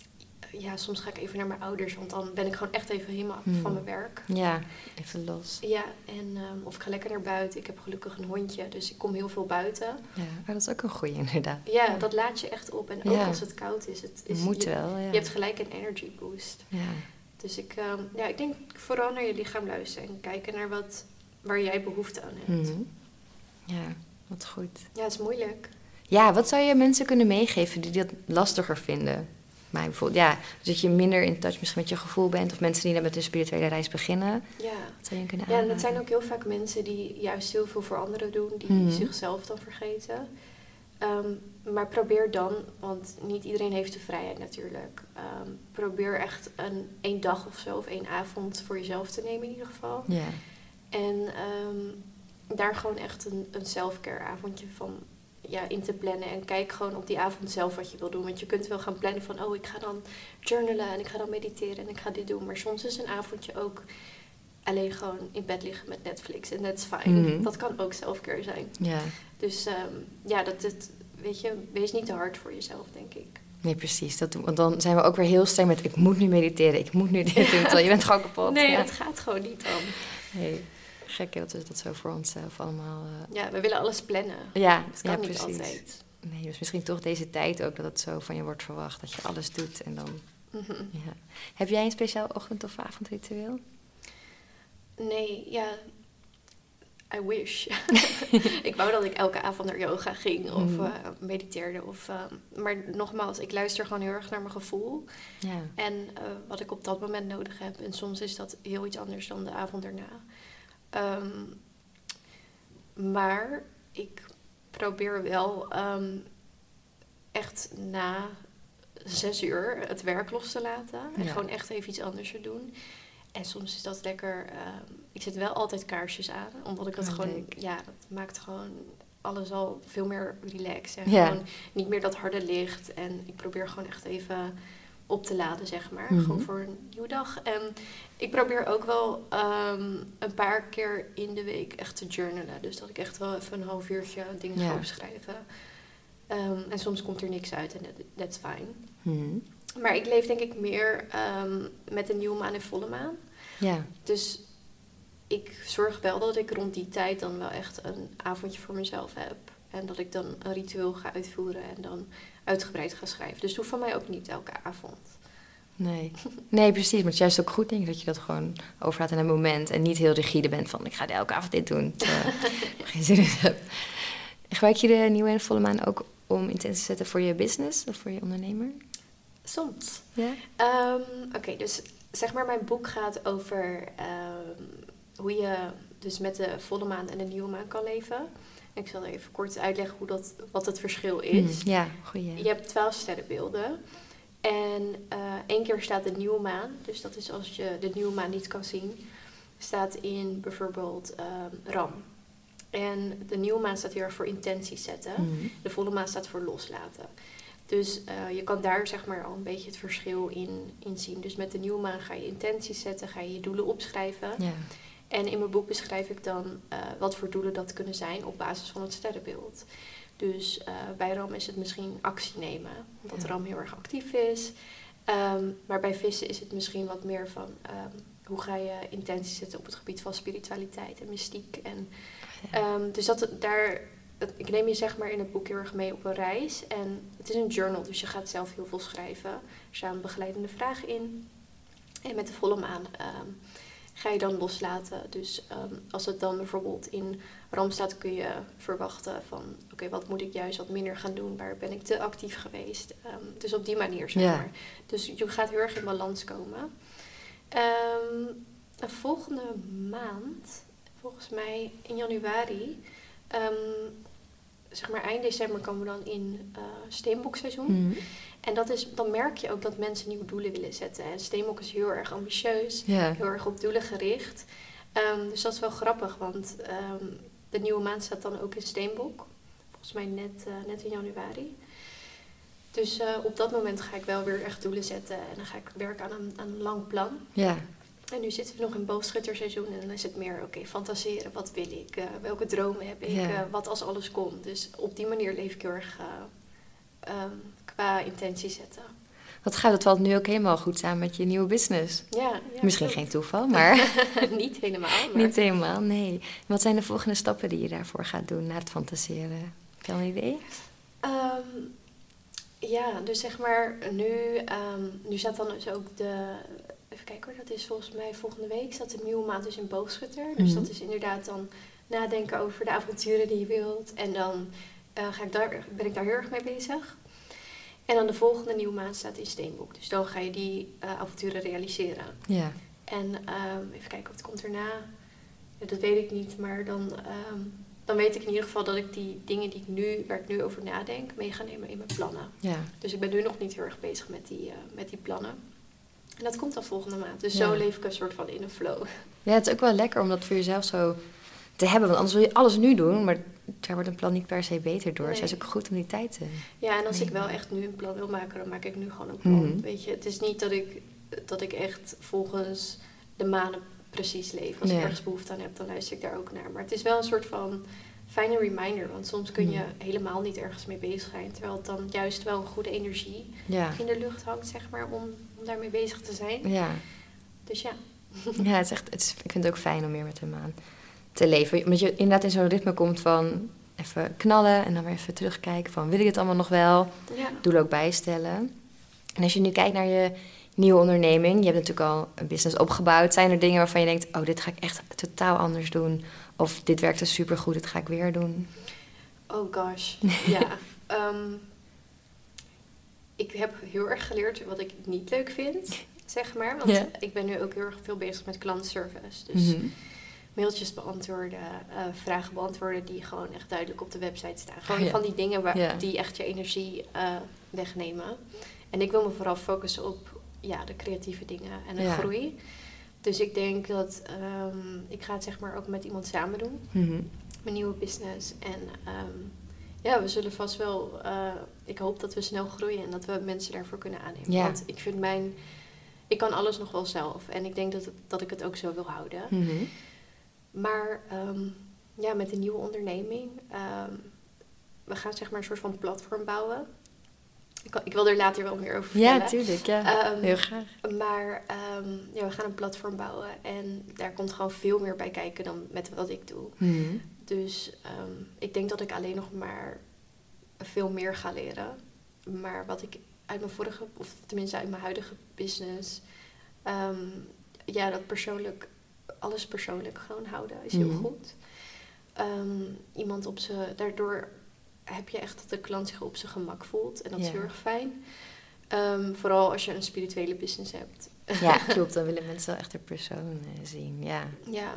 [SPEAKER 2] ja, soms ga ik even naar mijn ouders, want dan ben ik gewoon echt even helemaal hmm. van mijn werk.
[SPEAKER 1] Ja, even los.
[SPEAKER 2] Ja, en um, of ik ga lekker naar buiten. Ik heb gelukkig een hondje, dus ik kom heel veel buiten.
[SPEAKER 1] Ja, maar dat is ook een goeie inderdaad.
[SPEAKER 2] Ja, ja. dat laat je echt op. En ook ja. als het koud is. Het is
[SPEAKER 1] moet
[SPEAKER 2] je,
[SPEAKER 1] wel, ja.
[SPEAKER 2] Je hebt gelijk een energy boost.
[SPEAKER 1] Ja.
[SPEAKER 2] Dus ik, um, ja, ik denk vooral naar je lichaam luisteren en kijken naar wat, waar jij behoefte aan hebt.
[SPEAKER 1] Mm-hmm. Ja, wat goed.
[SPEAKER 2] Ja, het is moeilijk.
[SPEAKER 1] Ja, wat zou je mensen kunnen meegeven die dat lastiger vinden? Maar bijvoorbeeld, ja, dus dat je minder in touch misschien met je gevoel bent... of mensen die dan met een spirituele reis beginnen.
[SPEAKER 2] Ja,
[SPEAKER 1] wat zou je kunnen
[SPEAKER 2] ja en dat zijn ook heel vaak mensen die juist heel veel voor anderen doen... die mm-hmm. zichzelf dan vergeten. Um, maar probeer dan, want niet iedereen heeft de vrijheid natuurlijk... Um, probeer echt een, één dag of zo of één avond voor jezelf te nemen in ieder geval.
[SPEAKER 1] Ja.
[SPEAKER 2] En um, daar gewoon echt een, een self-care avondje van... Ja, in te plannen en kijk gewoon op die avond zelf wat je wil doen. Want je kunt wel gaan plannen van... oh, ik ga dan journalen en ik ga dan mediteren en ik ga dit doen. Maar soms is een avondje ook alleen gewoon in bed liggen met Netflix. En that's fine. Mm-hmm. Dat kan ook self-care zijn.
[SPEAKER 1] Ja.
[SPEAKER 2] Dus um, ja, dat het, weet je, wees niet te hard voor jezelf, denk ik.
[SPEAKER 1] Nee, precies. Dat, want dan zijn we ook weer heel streng met... ik moet nu mediteren, ik moet nu dit doen. Terwijl je bent gewoon kapot.
[SPEAKER 2] Nee,
[SPEAKER 1] ja.
[SPEAKER 2] dat gaat gewoon niet dan.
[SPEAKER 1] Nee. Gek dat we dat zo voor onszelf allemaal... Uh...
[SPEAKER 2] Ja, we willen alles plannen.
[SPEAKER 1] Ja,
[SPEAKER 2] dat kan
[SPEAKER 1] ja,
[SPEAKER 2] niet
[SPEAKER 1] precies.
[SPEAKER 2] altijd.
[SPEAKER 1] Nee, dus misschien toch deze tijd ook dat het zo van je wordt verwacht. Dat je alles doet en dan...
[SPEAKER 2] Mm-hmm.
[SPEAKER 1] Ja. Heb jij een speciaal ochtend- of avondritueel?
[SPEAKER 2] Nee, ja... I wish. Ik wou dat ik elke avond naar yoga ging of mm. uh, mediteerde. Of, uh, maar nogmaals, ik luister gewoon heel erg naar mijn gevoel.
[SPEAKER 1] Ja.
[SPEAKER 2] En uh, wat ik op dat moment nodig heb. En soms is dat heel iets anders dan de avond erna. Um, maar ik probeer wel um, echt na zes uur het werk los te laten. En ja. gewoon echt even iets anders te doen. En soms is dat lekker... Uh, ik zet wel altijd kaarsjes aan. Omdat ik dat oh, gewoon... Leuk. Ja, dat maakt gewoon alles al veel meer relaxed. En ja. gewoon niet meer dat harde licht. En ik probeer gewoon echt even op te laden, zeg maar. Mm-hmm. Gewoon voor een nieuwe dag. En ik probeer ook wel um, een paar keer in de week echt te journalen. Dus dat ik echt wel even een half uurtje dingen ja. ga opschrijven. Um, en soms komt er niks uit en that, that's fine.
[SPEAKER 1] Mm-hmm.
[SPEAKER 2] Maar ik leef denk ik meer um, met een nieuwe maan en volle maan.
[SPEAKER 1] Ja.
[SPEAKER 2] Dus ik zorg wel dat ik rond die tijd dan wel echt een avondje voor mezelf heb. En dat ik dan een ritueel ga uitvoeren en dan uitgebreid ga schrijven. Dus doe van mij ook niet elke avond.
[SPEAKER 1] Nee, nee precies. Maar het is juist ook goed denk ik dat je dat gewoon overlaat in een moment. En niet heel rigide bent van ik ga elke avond dit doen. Terwijl ik geen zin in heb. Gebruik je de nieuwe en volle maan ook om intentie te zetten voor je business of voor je ondernemer?
[SPEAKER 2] Soms.
[SPEAKER 1] Ja?
[SPEAKER 2] Um, Oké, okay, dus zeg maar mijn boek gaat over um, hoe je dus met de volle maan en de nieuwe maan kan leven. En ik zal even kort uitleggen hoe dat, wat het verschil is.
[SPEAKER 1] Hmm, ja, goeie.
[SPEAKER 2] Je hebt twaalf sterrenbeelden. En uh, één keer staat de nieuwe maan. Dus dat is als je de nieuwe maan niet kan zien. Staat in bijvoorbeeld um, Ram. En de nieuwe maan staat heel erg voor intenties zetten. Hmm. De volle maan staat voor loslaten. Dus uh, je kan daar zeg maar al een beetje het verschil in, in zien. Dus met de nieuwe maan ga je intenties zetten, ga je je doelen opschrijven.
[SPEAKER 1] Ja.
[SPEAKER 2] En in mijn boek beschrijf ik dan uh, wat voor doelen dat kunnen zijn op basis van het sterrenbeeld. Dus uh, bij Ram is het misschien actie nemen, omdat ja. Ram heel erg actief is. Um, maar bij vissen is het misschien wat meer van um, hoe ga je intenties zetten op het gebied van spiritualiteit en mystiek. En, ja. um, dus dat, daar, ik neem je zeg maar in het boek heel erg mee op een reis. En het is een journal, dus je gaat zelf heel veel schrijven. Er staan begeleidende vragen in. En met de volle maan um, ga je dan loslaten. Dus um, als het dan bijvoorbeeld in Ram staat, kun je verwachten van... Oké, okay, wat moet ik juist wat minder gaan doen? Waar ben ik te actief geweest? Um, dus op die manier, zeg maar. Ja. Dus je gaat heel erg in balans komen. Um, de volgende maand, volgens mij in januari... Um, zeg maar eind december komen we dan in uh, steenbokseizoen. Mm-hmm. En dat is, dan merk je ook dat mensen nieuwe doelen willen zetten. En steenbok is heel erg ambitieus, yeah. heel erg op doelen gericht. Um, dus dat is wel grappig, want um, de nieuwe maan staat dan ook in steenbok. Volgens mij net, uh, net in januari. Dus uh, op dat moment ga ik wel weer echt doelen zetten. En dan ga ik werken aan een, aan een lang plan.
[SPEAKER 1] Ja.
[SPEAKER 2] En nu zitten we nog in boogschutterseizoen en dan is het meer, oké, okay, fantaseren. Wat wil ik? Uh, welke dromen heb ik? Ja. Uh, wat als alles komt? Dus op die manier leef ik heel erg uh, um, qua intentie zetten.
[SPEAKER 1] Wat gaat het valt nu ook helemaal goed samen met je nieuwe business?
[SPEAKER 2] Ja. ja
[SPEAKER 1] Misschien geen toeval, maar...
[SPEAKER 2] Niet helemaal. Maar...
[SPEAKER 1] Niet helemaal, nee. Wat zijn de volgende stappen die je daarvoor gaat doen na het fantaseren? Heb je al een idee?
[SPEAKER 2] Um, ja, dus zeg maar, nu, um, nu staat dan dus ook de... Even kijken hoor, dat is volgens mij volgende week staat de nieuwe maand dus in boogschutter. Dus mm-hmm. dat is inderdaad dan nadenken over de avonturen die je wilt. En dan uh, ga ik daar, ben ik daar heel erg mee bezig. En dan de volgende nieuwe maand staat in steenbok. Dus dan ga je die uh, avonturen realiseren.
[SPEAKER 1] Ja.
[SPEAKER 2] En um, even kijken wat komt erna. Ja, dat weet ik niet, maar dan, um, dan weet ik in ieder geval dat ik die dingen die ik nu, waar ik nu over nadenk, mee ga nemen in mijn plannen.
[SPEAKER 1] Ja.
[SPEAKER 2] Dus ik ben nu nog niet heel erg bezig met die, uh, met die plannen. En dat komt dan volgende maand. Dus
[SPEAKER 1] ja.
[SPEAKER 2] zo leef ik een soort van in een flow.
[SPEAKER 1] Ja, het is ook wel lekker om dat voor jezelf zo te hebben. Want anders wil je alles nu doen, maar daar wordt een plan niet per se beter door. Nee. Dus het is ook goed om die tijd te
[SPEAKER 2] Ja, en als
[SPEAKER 1] nemen.
[SPEAKER 2] ik wel echt nu een plan wil maken, dan maak ik nu gewoon een plan. Mm-hmm. Weet je, het is niet dat ik, dat ik echt volgens de maanden precies leef. Als nee. ik ergens behoefte aan heb, dan luister ik daar ook naar. Maar het is wel een soort van fijne reminder. Want soms kun je mm. helemaal niet ergens mee bezig zijn. Terwijl het dan juist wel een goede energie ja. in de lucht hangt, zeg maar, om, om daarmee bezig te zijn.
[SPEAKER 1] Ja.
[SPEAKER 2] Dus ja.
[SPEAKER 1] Ja, het is echt, het is, ik vind het ook fijn om meer met de maan te leven. Omdat je inderdaad in zo'n ritme komt van even knallen en dan weer even terugkijken van wil ik het allemaal nog wel?
[SPEAKER 2] Ja.
[SPEAKER 1] Doelen ook bijstellen. En als je nu kijkt naar je nieuwe onderneming, je hebt natuurlijk al een business opgebouwd. Zijn er dingen waarvan je denkt, oh, dit ga ik echt totaal anders doen Of dit werkte supergoed, dat ga ik weer doen?
[SPEAKER 2] Oh gosh, ja. Um, ik heb heel erg geleerd wat ik niet leuk vind, zeg maar. Want ja. ik ben nu ook heel erg veel bezig met klantservice. Dus mm-hmm. mailtjes beantwoorden, uh, vragen beantwoorden die gewoon echt duidelijk op de website staan. Gewoon ja. van die dingen waar, ja. die echt je energie uh, wegnemen. En ik wil me vooral focussen op ja, de creatieve dingen en de ja. groei. Dus ik denk dat um, ik ga het zeg maar ook met iemand samen doen. Mm-hmm. Mijn nieuwe business. En um, ja, we zullen vast wel... Uh, ik hoop dat we snel groeien en dat we mensen daarvoor kunnen aannemen. Ja. Want ik vind mijn... Ik kan alles nog wel zelf. En ik denk dat, het, dat ik het ook zo wil houden. Mm-hmm. Maar um, ja, met een nieuwe onderneming... Um, we gaan zeg maar een soort van platform bouwen. Ik, kan, ik wil er later wel meer over vertellen.
[SPEAKER 1] Ja, tuurlijk. Ja. Um, Heel graag.
[SPEAKER 2] Maar um, ja, we gaan een platform bouwen. En daar komt gewoon veel meer bij kijken dan met wat ik doe. Mm-hmm. Dus um, ik denk dat ik alleen nog maar veel meer ga leren. Maar wat ik uit mijn vorige, of tenminste uit mijn huidige business... Um, ja, dat persoonlijk, alles persoonlijk gewoon houden is heel mm-hmm. goed. Um, iemand op zijn... Daardoor heb je echt dat de klant zich op zijn gemak voelt. En dat is ja. heel erg fijn. Um, vooral als je een spirituele business hebt.
[SPEAKER 1] Ja, klopt. Dan willen mensen wel echt de persoon uh, zien. Ja.
[SPEAKER 2] Ja.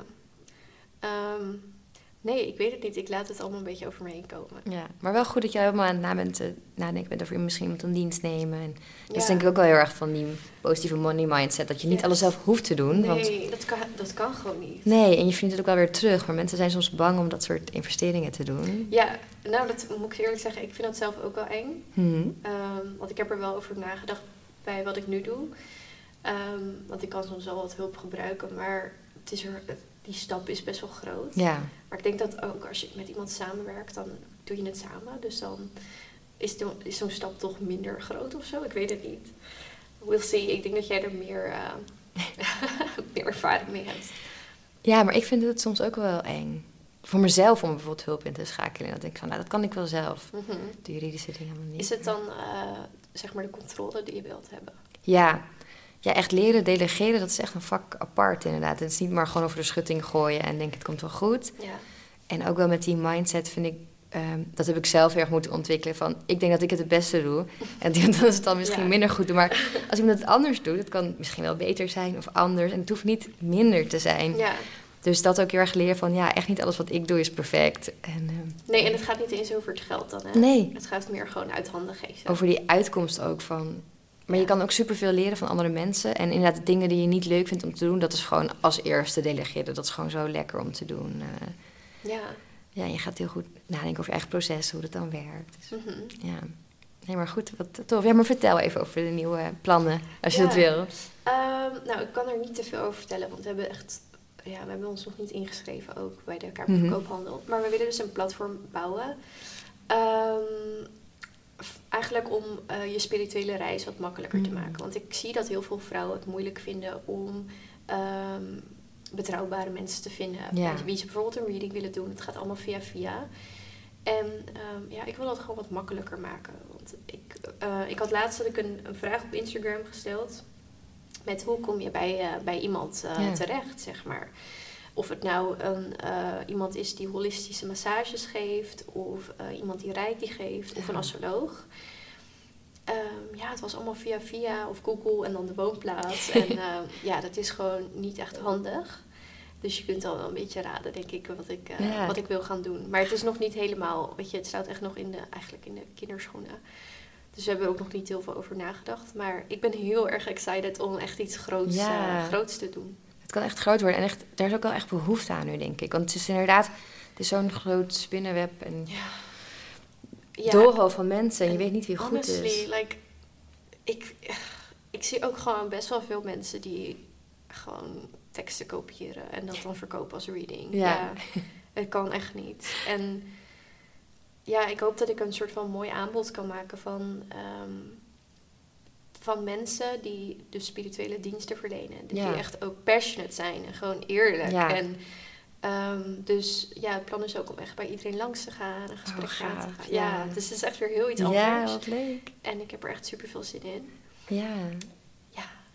[SPEAKER 2] Um, nee, ik weet het niet. Ik laat het allemaal een beetje over me heen komen.
[SPEAKER 1] Ja, maar wel goed dat je helemaal aan het na bent, uh, nadenken bent over misschien iemand een dienst nemen. En dat ja. is denk ik ook wel heel erg van die positieve money mindset. Dat je niet yes. alles zelf hoeft te doen.
[SPEAKER 2] Nee,
[SPEAKER 1] want,
[SPEAKER 2] dat, kan, dat kan gewoon niet.
[SPEAKER 1] Nee, en je vindt het ook wel weer terug. Maar mensen zijn soms bang om dat soort investeringen te doen.
[SPEAKER 2] Ja, nou, dat moet ik eerlijk zeggen. Ik vind dat zelf ook wel eng. Hmm. Um, want ik heb er wel over nagedacht bij wat ik nu doe. Um, want ik kan soms wel wat hulp gebruiken. Maar het is er... Die stap is best wel groot. Ja. Maar ik denk dat ook als je met iemand samenwerkt, dan doe je het samen. Dus dan is, de, is zo'n stap toch minder groot of zo. Ik weet het niet. We'll see. Ik denk dat jij er meer, uh, meer ervaring mee hebt.
[SPEAKER 1] Ja, maar ik vind het soms ook wel eng. Voor mezelf om bijvoorbeeld hulp in te schakelen. En dan denk ik van, nou, dat kan ik wel zelf. Mm-hmm. De juridische dingen helemaal niet.
[SPEAKER 2] Is het dan, uh, zeg maar, de controle die je wilt hebben?
[SPEAKER 1] Ja. Ja, echt leren delegeren, dat is echt een vak apart inderdaad. Het is niet maar gewoon over de schutting gooien en denken het komt wel goed. Ja. En ook wel met die mindset vind ik, um, dat heb ik zelf heel erg moeten ontwikkelen van, ik denk dat ik het het beste doe. En dan is het dan misschien ja. minder goed doen. Maar als iemand het anders doet, het kan misschien wel beter zijn of anders. En het hoeft niet minder te zijn. Ja. Dus dat ook heel erg leren van, ja, echt niet alles wat ik doe is perfect. En, um,
[SPEAKER 2] nee, en het gaat niet eens over het geld dan, hè?
[SPEAKER 1] Nee.
[SPEAKER 2] Het gaat meer gewoon uit handen geven.
[SPEAKER 1] Over die uitkomst ook van... Maar je kan ook superveel leren van andere mensen. En inderdaad, de dingen die je niet leuk vindt om te doen... dat is gewoon als eerste delegeren. Dat is gewoon zo lekker om te doen. Uh, ja. Ja, je gaat heel goed nadenken over je eigen proces, hoe dat dan werkt. Dus, mm-hmm. Ja. Nee, maar goed, wat tof. Ja, maar vertel even over de nieuwe plannen, als je
[SPEAKER 2] ja.
[SPEAKER 1] dat wil.
[SPEAKER 2] Um, nou, ik kan er niet te veel over vertellen, want we hebben echt... Ja, we hebben ons nog niet ingeschreven ook bij de Kamer van mm-hmm. Koophandel. Maar we willen dus een platform bouwen... Um, Eigenlijk om uh, je spirituele reis wat makkelijker mm. te maken. Want ik zie dat heel veel vrouwen het moeilijk vinden om um, betrouwbare mensen te vinden. Ja. Wie ze bijvoorbeeld een reading willen doen. Het gaat allemaal via via. En um, ja, ik wil dat gewoon wat makkelijker maken. Want ik, uh, ik had laatst had ik een, een vraag op Instagram gesteld. Met hoe kom je bij, uh, bij iemand uh, ja. terecht, zeg maar. Of het nou een, uh, iemand is die holistische massages geeft... of uh, iemand die reiki geeft, of een astroloog. Um, ja, het was allemaal via via of Google en dan de woonplaats. En uh, ja, dat is gewoon niet echt handig. Dus je kunt al wel een beetje raden, denk ik, wat ik, uh, ja. wat ik wil gaan doen. Maar het is nog niet helemaal, weet je, het staat echt nog in de, eigenlijk in de kinderschoenen. Dus we hebben er ook nog niet heel veel over nagedacht. Maar ik ben heel erg excited om echt iets groots, ja. uh, groots te doen.
[SPEAKER 1] Het kan echt groot worden. En echt, daar is ook wel echt behoefte aan nu, denk ik. Want het is inderdaad, het is zo'n groot spinnenweb en ja. Ja. doolhof van mensen. En je weet niet wie goed
[SPEAKER 2] honestly,
[SPEAKER 1] is.
[SPEAKER 2] Like, ik, ik zie ook gewoon best wel veel mensen die gewoon teksten kopiëren en dat dan verkopen als reading. Ja. ja het kan echt niet. En ja, ik hoop dat ik een soort van mooi aanbod kan maken van... Um, van mensen die de spirituele diensten verlenen. Die ja. echt ook passionate zijn en gewoon eerlijk. Ja. En um, dus ja, het plan is ook om echt bij iedereen langs te gaan. Een gesprek oh, aan te gaan. Ja. ja, dus het is echt weer heel iets anders.
[SPEAKER 1] Ja, wat leuk.
[SPEAKER 2] En ik heb er echt super veel zin in.
[SPEAKER 1] Ja.
[SPEAKER 2] Ja,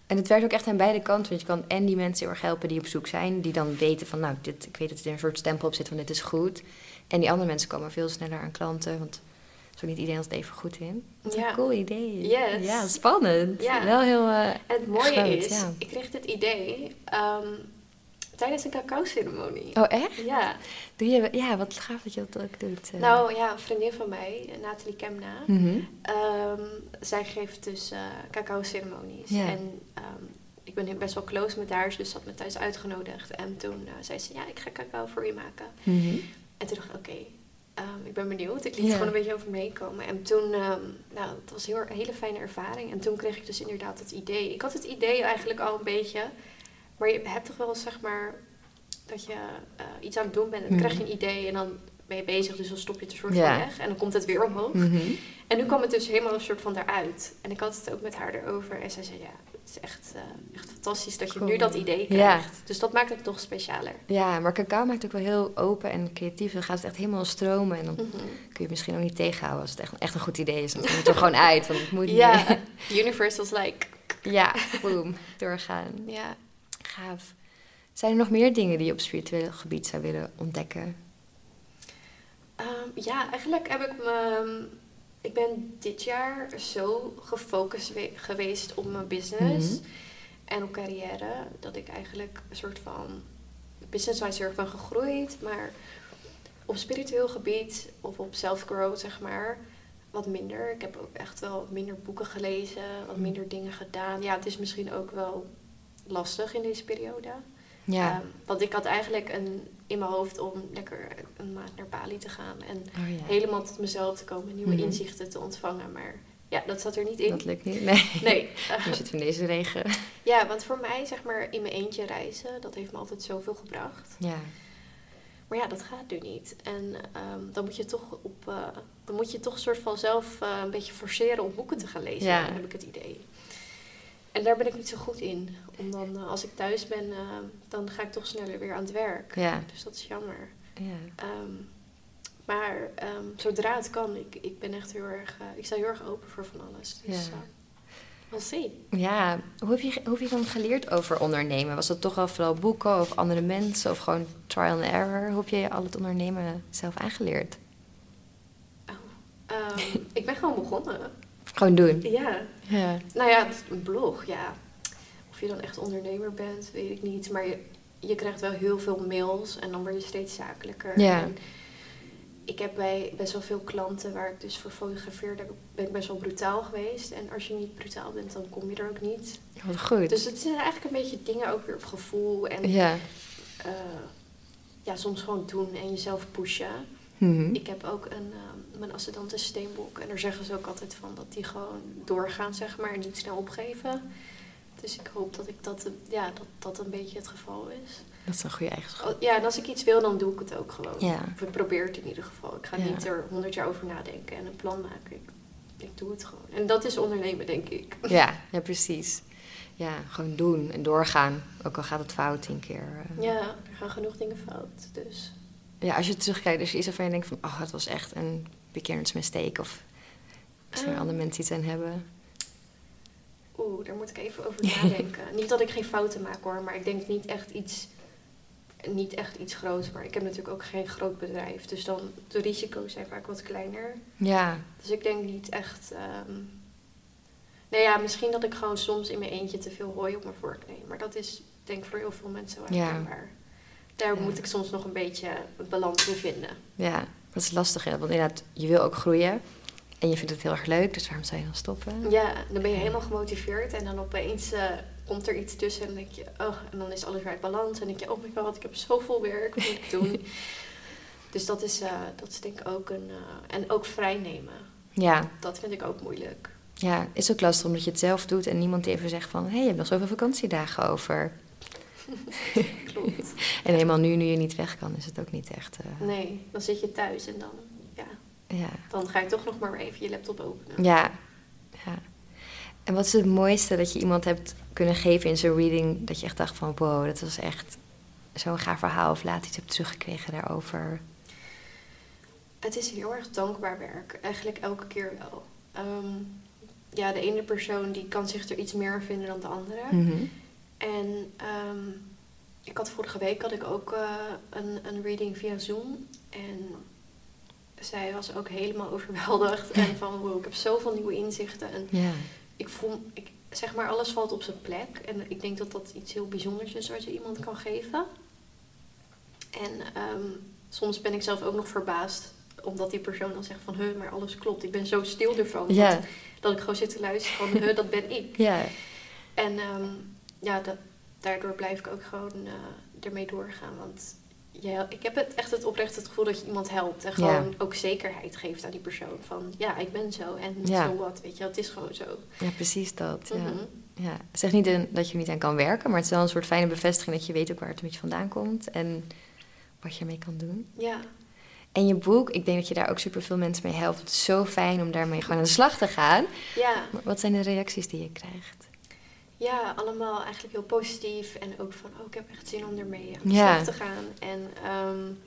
[SPEAKER 1] En het werkt ook echt aan beide kanten. Want je kan en die mensen heel erg helpen die op zoek zijn. Die dan weten van, nou, dit, ik weet dat er een soort stempel op zit van dit is goed. En die andere mensen komen veel sneller aan klanten. Want zo niet iedereen is het even goed in. Dat is
[SPEAKER 2] Ja.
[SPEAKER 1] een cool idee.
[SPEAKER 2] Yes.
[SPEAKER 1] Ja, spannend.
[SPEAKER 2] Ja.
[SPEAKER 1] Wel heel uh,
[SPEAKER 2] En het mooie
[SPEAKER 1] groot,
[SPEAKER 2] is,
[SPEAKER 1] ja.
[SPEAKER 2] ik kreeg dit idee um, tijdens een cacao-ceremonie.
[SPEAKER 1] Oh, echt?
[SPEAKER 2] Ja.
[SPEAKER 1] Doe je, ja, wat gaaf dat je dat ook doet. Uh.
[SPEAKER 2] Nou ja, een vriendin van mij, Nathalie Kemna,
[SPEAKER 1] Mm-hmm.
[SPEAKER 2] um, zij geeft dus uh, cacao-ceremonies.
[SPEAKER 1] Ja.
[SPEAKER 2] En um, ik ben best wel close met haar, dus ze had me thuis uitgenodigd. En toen uh, zei ze, ja, ik ga cacao voor je maken.
[SPEAKER 1] Mm-hmm.
[SPEAKER 2] En toen dacht ik, oké, okay, um, ik ben benieuwd. Ik liet
[SPEAKER 1] Ja.
[SPEAKER 2] het gewoon een beetje over me meekomen. En toen, um, nou, het was heel, een hele fijne ervaring. En toen kreeg ik dus inderdaad het idee. Ik had het idee eigenlijk al een beetje, maar je hebt toch wel, zeg maar, dat je uh, iets aan het doen bent. En dan
[SPEAKER 1] Mm.
[SPEAKER 2] krijg je een idee en dan ben je bezig, dus dan stop je het een soort
[SPEAKER 1] Ja.
[SPEAKER 2] van weg. En dan komt het weer omhoog.
[SPEAKER 1] Mm-hmm.
[SPEAKER 2] En nu kwam het dus helemaal een soort van daaruit. En ik had het ook met haar erover. En zij zei, ja, het is echt, uh, echt fantastisch dat je
[SPEAKER 1] Cool.
[SPEAKER 2] nu dat idee
[SPEAKER 1] Ja.
[SPEAKER 2] krijgt. Dus dat maakt het nog specialer.
[SPEAKER 1] Ja, maar cacao maakt ook wel heel open en creatief. Dan gaat het echt helemaal stromen. En dan
[SPEAKER 2] Mm-hmm.
[SPEAKER 1] kun je misschien ook niet tegenhouden als het echt, echt een goed idee is. Dan komt het er gewoon uit, want het moet niet.
[SPEAKER 2] Ja, the universe was like...
[SPEAKER 1] Ja, boom, doorgaan.
[SPEAKER 2] Ja.
[SPEAKER 1] Gaaf. Zijn er nog meer dingen die je op spiritueel gebied zou willen ontdekken?
[SPEAKER 2] Um, ja, eigenlijk heb ik me... Ik ben dit jaar zo gefocust we- geweest op mijn business
[SPEAKER 1] Mm-hmm.
[SPEAKER 2] en op carrière, dat ik eigenlijk een soort van business-wise heel erg ben gegroeid, maar op spiritueel gebied of op self-growth, zeg maar, wat minder. Ik heb ook echt wel wat minder boeken gelezen, wat minder dingen gedaan. Ja, het is misschien ook wel lastig in deze periode.
[SPEAKER 1] Ja.
[SPEAKER 2] Um, want ik had eigenlijk een, in mijn hoofd om lekker een maand naar Bali te gaan. En
[SPEAKER 1] Oh, ja.
[SPEAKER 2] helemaal tot mezelf te komen, nieuwe
[SPEAKER 1] Mm-hmm.
[SPEAKER 2] inzichten te ontvangen. Maar ja, dat zat er niet in.
[SPEAKER 1] Dat lukt niet, nee.
[SPEAKER 2] Nee.
[SPEAKER 1] Je zit in deze regen.
[SPEAKER 2] Ja, want voor mij, zeg maar, in mijn eentje reizen, dat heeft me altijd zoveel gebracht.
[SPEAKER 1] Ja.
[SPEAKER 2] Maar ja, dat gaat nu niet. En um, dan moet je toch op, uh, dan moet je toch een soort van zelf uh, een beetje forceren om boeken te gaan lezen,
[SPEAKER 1] Ja.
[SPEAKER 2] heb ik het idee. En daar ben ik niet zo goed in. Om dan, uh, als ik thuis ben, uh, dan ga ik toch sneller weer aan het werk.
[SPEAKER 1] Ja.
[SPEAKER 2] Dus dat is jammer.
[SPEAKER 1] Ja.
[SPEAKER 2] Um, maar um, zodra het kan, ik, ik ben echt heel erg, uh, ik sta heel erg open voor van alles. Dus
[SPEAKER 1] Ja.
[SPEAKER 2] uh, we'll see.
[SPEAKER 1] Ja, hoe heb, je, hoe heb je dan geleerd over ondernemen? Was dat toch wel vooral boeken of andere mensen of gewoon trial and error? Hoe heb je al het ondernemen zelf aangeleerd?
[SPEAKER 2] Oh. Um, ik ben gewoon begonnen.
[SPEAKER 1] Gewoon doen?
[SPEAKER 2] Ja.
[SPEAKER 1] Ja.
[SPEAKER 2] Nou ja, een blog, ja. Of je dan echt ondernemer bent, weet ik niet. Maar je, je krijgt wel heel veel mails en dan word je steeds zakelijker.
[SPEAKER 1] Ja.
[SPEAKER 2] En ik heb bij best wel veel klanten waar ik dus voor fotografeerde, ben ik best wel brutaal geweest. En als je niet brutaal bent, dan kom je er ook niet.
[SPEAKER 1] Wat goed.
[SPEAKER 2] Dus het zijn eigenlijk een beetje dingen ook weer op gevoel. En
[SPEAKER 1] Ja.
[SPEAKER 2] uh, ja, soms gewoon doen en jezelf pushen.
[SPEAKER 1] Mm-hmm.
[SPEAKER 2] Ik heb ook een, uh, mijn ascendant is steenbok. En daar zeggen ze ook altijd van dat die gewoon doorgaan, zeg maar. En niet snel opgeven. Dus ik hoop dat ik dat, ja, dat, dat een beetje het geval is.
[SPEAKER 1] Dat is een goede eigenschap.
[SPEAKER 2] Ja, en als ik iets wil, dan doe ik het ook gewoon.
[SPEAKER 1] Ja.
[SPEAKER 2] Of ik probeer het in ieder geval. Ik ga
[SPEAKER 1] Ja.
[SPEAKER 2] niet er honderd jaar over nadenken en een plan maken. Ik, ik doe het gewoon. En dat is ondernemen, denk ik.
[SPEAKER 1] Ja, ja, precies. Ja, gewoon doen en doorgaan. Ook al gaat het fout tien keer. uh.
[SPEAKER 2] Ja, er gaan genoeg dingen fout. Dus
[SPEAKER 1] Ja, als je terugkijkt, als je iets waarvan je denkt van... oh, het was echt een beginner's mistake. Of misschien
[SPEAKER 2] Ah.
[SPEAKER 1] er andere mensen iets aan hebben.
[SPEAKER 2] oeh, daar moet ik even over nadenken. Niet dat ik geen fouten maak hoor, maar ik denk niet echt iets... Niet echt iets groots, maar ik heb natuurlijk ook geen groot bedrijf. Dus dan, de risico's zijn vaak wat kleiner.
[SPEAKER 1] Ja,
[SPEAKER 2] Dus ik denk niet echt... Um... Nou ja, misschien dat ik gewoon soms in mijn eentje te veel hooi op mijn vork neem. Maar dat is denk ik voor heel veel mensen wel
[SPEAKER 1] Ja.
[SPEAKER 2] herkenbaar. Daar
[SPEAKER 1] Ja.
[SPEAKER 2] moet ik soms nog een beetje een balans in vinden.
[SPEAKER 1] ja, dat is lastig. Ja. Want inderdaad, je wil ook groeien. En je vindt het heel erg leuk, dus waarom zou je dan stoppen?
[SPEAKER 2] Ja, dan ben je helemaal gemotiveerd en dan opeens uh, komt er iets tussen en dan denk je, oh, en dan is alles weer uit balans. En dan denk je, oh my god, ik heb zoveel werk, wat moet ik doen? Dus dat is, uh, dat is denk ik ook een... Uh, en ook vrijnemen.
[SPEAKER 1] Ja,
[SPEAKER 2] Dat vind ik ook moeilijk.
[SPEAKER 1] ja, is ook lastig omdat je het zelf doet en niemand even zegt van... hé, hey, je hebt nog zoveel vakantiedagen over.
[SPEAKER 2] Klopt.
[SPEAKER 1] En helemaal nu, nu je niet weg kan, is het ook niet echt... Uh,
[SPEAKER 2] Nee, dan zit je thuis en dan, ja,
[SPEAKER 1] ja.
[SPEAKER 2] dan ga je toch nog maar even je laptop openen.
[SPEAKER 1] Ja, ja. En wat is het mooiste dat je iemand hebt kunnen geven in zo'n reading... dat je echt dacht van, wow, dat was echt zo'n gaaf verhaal... of laat iets hebt teruggekregen daarover?
[SPEAKER 2] Het is heel erg dankbaar werk. Eigenlijk elke keer wel. Um, ja, de ene persoon die kan zich er iets meer vinden dan de andere.
[SPEAKER 1] Mm-hmm.
[SPEAKER 2] En um, ik had vorige week had ik ook uh, een, een reading via Zoom. En zij was ook helemaal overweldigd. En van, wow, ik heb zoveel nieuwe inzichten. En
[SPEAKER 1] ja.
[SPEAKER 2] ik voel, ik, zeg maar, alles valt op zijn plek. En ik denk dat dat iets heel bijzonders is wat je iemand kan geven. En um, soms ben ik zelf ook nog verbaasd. Omdat die persoon dan zegt van, huh, maar alles klopt. Ik ben zo stil ervan.
[SPEAKER 1] Ja.
[SPEAKER 2] Dat, dat ik gewoon zit te luisteren van, huh, dat ben ik.
[SPEAKER 1] Ja.
[SPEAKER 2] En um, ja, dat, daardoor blijf ik ook gewoon uh, ermee doorgaan. Want ja, ik heb het echt het oprecht het gevoel dat je iemand helpt. En gewoon ja. ook zekerheid geeft aan die persoon. Van ja, ik ben zo en
[SPEAKER 1] ja.
[SPEAKER 2] zo wat, weet je, het is gewoon zo.
[SPEAKER 1] Ja, precies dat.
[SPEAKER 2] Mm-hmm.
[SPEAKER 1] Ja. Ja. Zeg niet een, dat je er niet aan kan werken, maar het is wel een soort fijne bevestiging dat je weet ook waar het een beetje vandaan komt. En wat je ermee kan doen.
[SPEAKER 2] Ja.
[SPEAKER 1] En je boek, ik denk dat je daar ook superveel mensen mee helpt. Het is zo fijn om daarmee gewoon aan de slag te gaan.
[SPEAKER 2] Ja.
[SPEAKER 1] Maar wat zijn de reacties die je krijgt?
[SPEAKER 2] Ja, allemaal eigenlijk heel positief. En ook van, oh, ik heb echt zin om ermee aan de
[SPEAKER 1] ja.
[SPEAKER 2] slag te gaan. En um,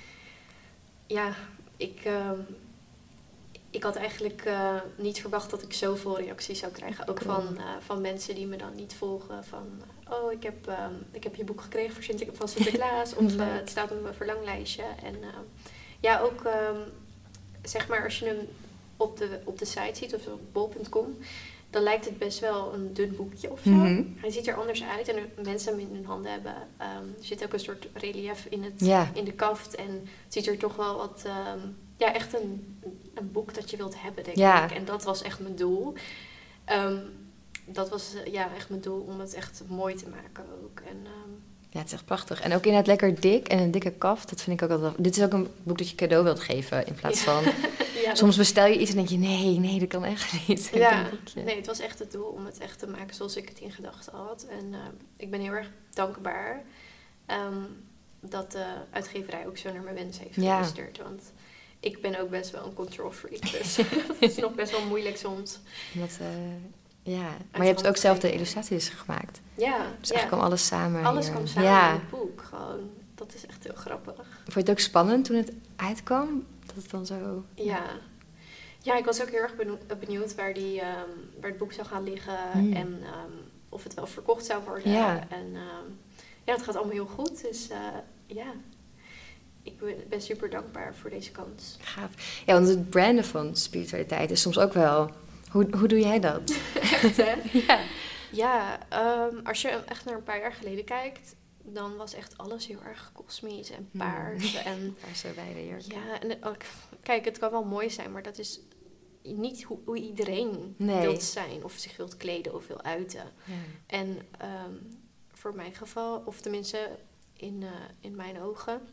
[SPEAKER 2] ja, ik, um, ik had eigenlijk uh, niet verwacht dat ik zoveel reacties zou krijgen. Ook cool. van, uh, van mensen die me dan niet volgen. Van, oh, ik heb, um, ik heb je boek gekregen voor Sinter- van Sinterklaas. Of uh, het staat op mijn verlanglijstje. En uh, ja, ook um, zeg maar als je hem op de, op de site ziet of op bol punt com... dan lijkt het best wel een dun boekje of zo. Mm-hmm. Hij ziet er anders uit en mensen hem in hun handen hebben. Um, er zit ook een soort relief in, het,
[SPEAKER 1] ja.
[SPEAKER 2] in de kaft. En het ziet er toch wel wat... Um, ja, echt een, een boek dat je wilt hebben, denk ja. ik. En dat was echt mijn doel. Um, dat was uh, ja, echt mijn doel om het echt mooi te maken ook. En, um,
[SPEAKER 1] ja, het is echt prachtig. En ook inderdaad lekker dik en een dikke kaft. Dat vind ik ook altijd wel... Dit is ook een boek dat je cadeau wilt geven in plaats
[SPEAKER 2] ja.
[SPEAKER 1] van... ja, soms bestel je iets en denk je, nee, nee, dat kan echt niet.
[SPEAKER 2] Ja, nee, het was echt het doel om het echt te maken zoals ik het in gedachten had. En uh, ik ben heel erg dankbaar um, dat de uitgeverij ook zo naar mijn wens heeft
[SPEAKER 1] ja.
[SPEAKER 2] geluisterd. Want ik ben ook best wel een control freak, dus het is nog best wel moeilijk soms.
[SPEAKER 1] Wat, uh, ja, maar je hebt ook zelf de illustraties gemaakt.
[SPEAKER 2] Ja.
[SPEAKER 1] Dus
[SPEAKER 2] ja.
[SPEAKER 1] eigenlijk kwam alles samen.
[SPEAKER 2] Alles
[SPEAKER 1] hier.
[SPEAKER 2] kwam samen
[SPEAKER 1] ja.
[SPEAKER 2] in het boek, gewoon. Dat is echt heel grappig.
[SPEAKER 1] Vond je het ook spannend toen het uitkwam? Dat het dan zo...
[SPEAKER 2] Ja. Ja, ik was ook heel erg benieuwd, benieuwd waar, die, um, waar het boek zou gaan liggen. Mm. En um, of het wel verkocht zou worden.
[SPEAKER 1] Ja.
[SPEAKER 2] En um, ja, het gaat allemaal heel goed. Dus uh, ja, ik ben super dankbaar voor deze kans.
[SPEAKER 1] Gaaf. Ja, want het branden van spiritualiteit is soms ook wel... Hoe, hoe doe jij dat?
[SPEAKER 2] Echt, hè?
[SPEAKER 1] ja.
[SPEAKER 2] Ja, um, als je echt naar een paar jaar geleden kijkt... dan was echt alles heel erg kosmisch en paars. Hmm. En
[SPEAKER 1] paarse wijde
[SPEAKER 2] ja, en oh, kijk, het kan wel mooi zijn, maar dat is niet hoe, hoe iedereen
[SPEAKER 1] nee.
[SPEAKER 2] wilt zijn of zich wilt kleden of wil uiten.
[SPEAKER 1] Ja.
[SPEAKER 2] En um, voor mijn geval, of tenminste in, uh, in mijn ogen,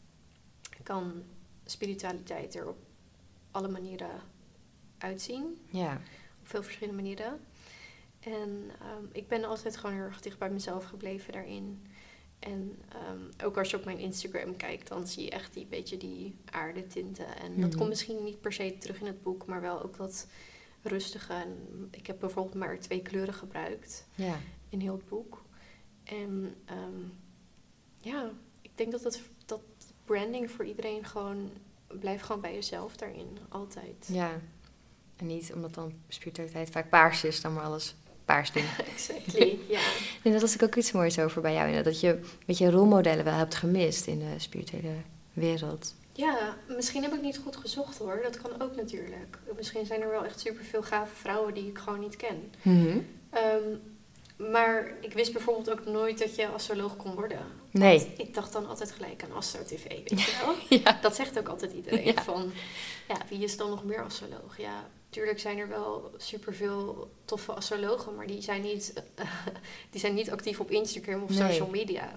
[SPEAKER 2] kan spiritualiteit er op alle manieren uitzien.
[SPEAKER 1] Ja.
[SPEAKER 2] Op veel verschillende manieren. En um, ik ben altijd gewoon heel erg dicht bij mezelf gebleven daarin. En um, ook als je op mijn Instagram kijkt, dan zie je echt die beetje die aardetinten. En mm-hmm. dat komt misschien niet per se terug in het boek, maar wel ook dat rustige. En ik heb bijvoorbeeld maar twee kleuren gebruikt
[SPEAKER 1] ja.
[SPEAKER 2] in heel het boek. En um, ja, ik denk dat, het, dat branding voor iedereen gewoon... blijf gewoon bij jezelf daarin, altijd.
[SPEAKER 1] Ja, en niet omdat dan spiritualiteit vaak paars is, dan maar alles... paars doen.
[SPEAKER 2] Exactly, ja.
[SPEAKER 1] En dat was ook iets moois over bij jou. Dat je een beetje rolmodellen wel hebt gemist in de spirituele wereld.
[SPEAKER 2] Ja, misschien heb ik niet goed gezocht hoor. Dat kan ook natuurlijk. Misschien zijn er wel echt superveel gave vrouwen die ik gewoon niet ken.
[SPEAKER 1] Mm-hmm.
[SPEAKER 2] Um, maar ik wist bijvoorbeeld ook nooit dat je astroloog kon worden.
[SPEAKER 1] Nee.
[SPEAKER 2] Want ik dacht dan altijd gelijk aan Astro T V, weet je wel?
[SPEAKER 1] Ja.
[SPEAKER 2] Dat zegt ook altijd iedereen.
[SPEAKER 1] Ja.
[SPEAKER 2] Van, ja, wie is dan nog meer astroloog? Ja, tuurlijk zijn er wel superveel toffe astrologen, maar die zijn niet, uh, die zijn niet actief op Instagram of
[SPEAKER 1] nee.
[SPEAKER 2] social media.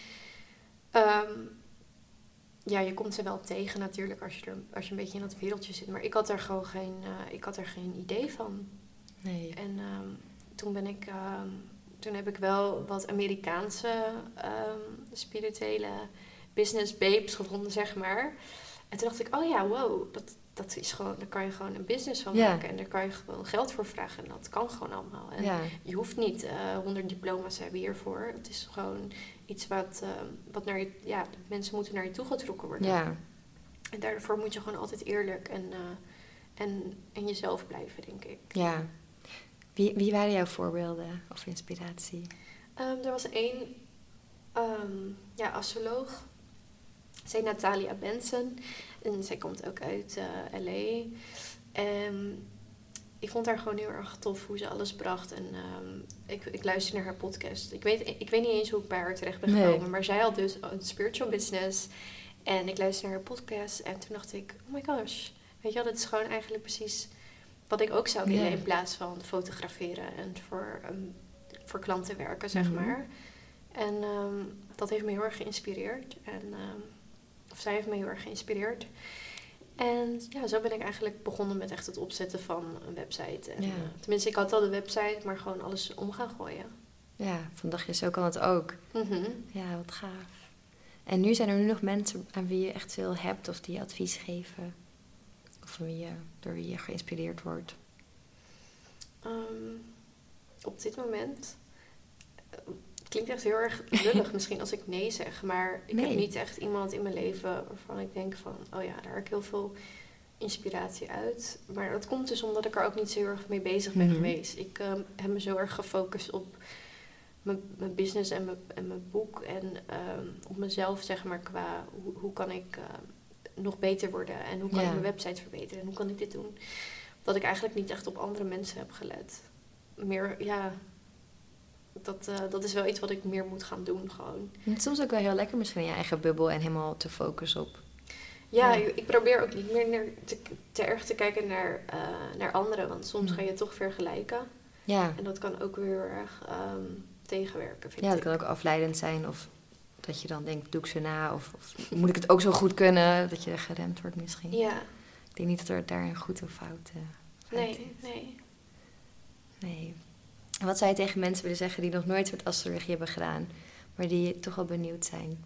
[SPEAKER 2] Um, ja, je komt ze wel tegen natuurlijk als je, er, als je een beetje in dat wereldje zit. Maar ik had er gewoon geen, uh, ik had er geen idee van.
[SPEAKER 1] Nee.
[SPEAKER 2] En um, toen ben ik, um, toen heb ik wel wat Amerikaanse um, spirituele business babes gevonden, zeg maar. En toen dacht ik, oh ja, wow, dat, dat is gewoon, daar kan je gewoon een business van
[SPEAKER 1] ja.
[SPEAKER 2] maken. En daar kan je gewoon geld voor vragen. En dat kan gewoon allemaal. En
[SPEAKER 1] ja.
[SPEAKER 2] je hoeft niet honderd uh, diploma's te hebben hiervoor. Het is gewoon iets wat, uh, wat naar je, ja, mensen moeten naar je toe getrokken worden.
[SPEAKER 1] Ja.
[SPEAKER 2] En daarvoor moet je gewoon altijd eerlijk en, uh, en, en jezelf blijven, denk ik.
[SPEAKER 1] Ja. Wie, wie waren jouw voorbeelden of inspiratie?
[SPEAKER 2] Um, er was één um, ja, astroloog. Zij heet Natalia Benson. En zij komt ook uit uh, L A. En ik vond haar gewoon heel erg tof hoe ze alles bracht. En um, ik, ik luisterde naar haar podcast. Ik weet, ik weet niet eens hoe ik bij haar terecht ben gekomen. Nee. Maar zij had dus een spiritual business. En ik luisterde naar haar podcast. En toen dacht ik, oh my gosh. Weet je wel, dat is gewoon eigenlijk precies wat ik ook zou willen. Yeah. In plaats van fotograferen en voor, um, voor klanten werken, zeg mm-hmm. maar. En um, dat heeft me heel erg geïnspireerd. En, um, of zij heeft me heel erg geïnspireerd. En ja, zo ben ik eigenlijk begonnen met echt het opzetten van een website. En, ja. uh, tenminste, ik had al de website, maar gewoon alles om gaan gooien.
[SPEAKER 1] Ja, van dacht je, zo kan het ook. Mm-hmm. Ja, wat gaaf. En nu zijn er nu nog mensen aan wie je echt veel hebt of die je advies geven? Of van wie je, door wie je geïnspireerd wordt?
[SPEAKER 2] Um, op dit moment... Het klinkt echt heel erg lullig misschien als ik nee zeg. Maar ik nee. heb niet echt iemand in mijn leven waarvan ik denk van... Oh ja, daar heb ik heel veel inspiratie uit. Maar dat komt dus omdat ik er ook niet zo heel erg mee bezig ben mm-hmm. geweest. Ik um, heb me zo erg gefocust op mijn, mijn business en mijn, en mijn boek. En um, op mezelf, zeg maar, qua hoe, hoe kan ik uh, nog beter worden. En hoe kan ja. ik mijn website verbeteren. En hoe kan ik dit doen. Dat ik eigenlijk niet echt op andere mensen heb gelet. Meer, ja... Dat, uh, dat is wel iets wat ik meer moet gaan doen gewoon.
[SPEAKER 1] Het is soms ook wel heel lekker misschien in je eigen bubbel en helemaal te focussen op.
[SPEAKER 2] Ja, ja. Ik probeer ook niet meer naar te, te erg te kijken naar, uh, naar anderen. Want soms mm. ga je toch vergelijken. Ja. En dat kan ook weer heel erg um, tegenwerken, vind
[SPEAKER 1] ja, dat
[SPEAKER 2] ik.
[SPEAKER 1] kan ook afleidend zijn. Of dat je dan denkt, doe ik ze na? Of, of moet ik het ook zo goed kunnen? Dat je er geremd wordt misschien. Ja. Ik denk niet dat er daar een goed of fout, uh, fout
[SPEAKER 2] nee,
[SPEAKER 1] is.
[SPEAKER 2] Nee,
[SPEAKER 1] nee. En wat zou je tegen mensen willen zeggen die nog nooit met astrologie hebben gedaan, maar die toch wel benieuwd zijn?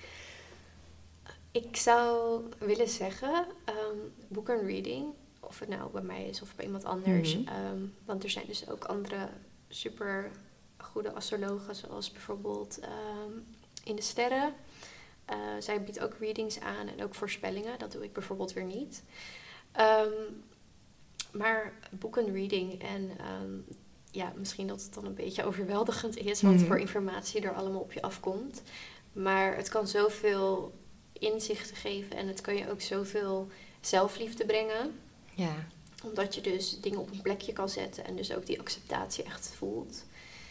[SPEAKER 2] Ik zou willen zeggen, um, boek een reading. Of het nou bij mij is of bij iemand anders. Mm-hmm. Um, want er zijn dus ook andere super goede astrologen, zoals bijvoorbeeld um, In de Sterren. Uh, zij biedt ook readings aan en ook voorspellingen. Dat doe ik bijvoorbeeld weer niet. Um, maar boek een reading en... Um, ja, misschien dat het dan een beetje overweldigend is, wat mm-hmm. voor informatie er allemaal op je afkomt. Maar het kan zoveel inzichten geven en het kan je ook zoveel zelfliefde brengen. Ja. Omdat je dus dingen op een plekje kan zetten en dus ook die acceptatie echt voelt.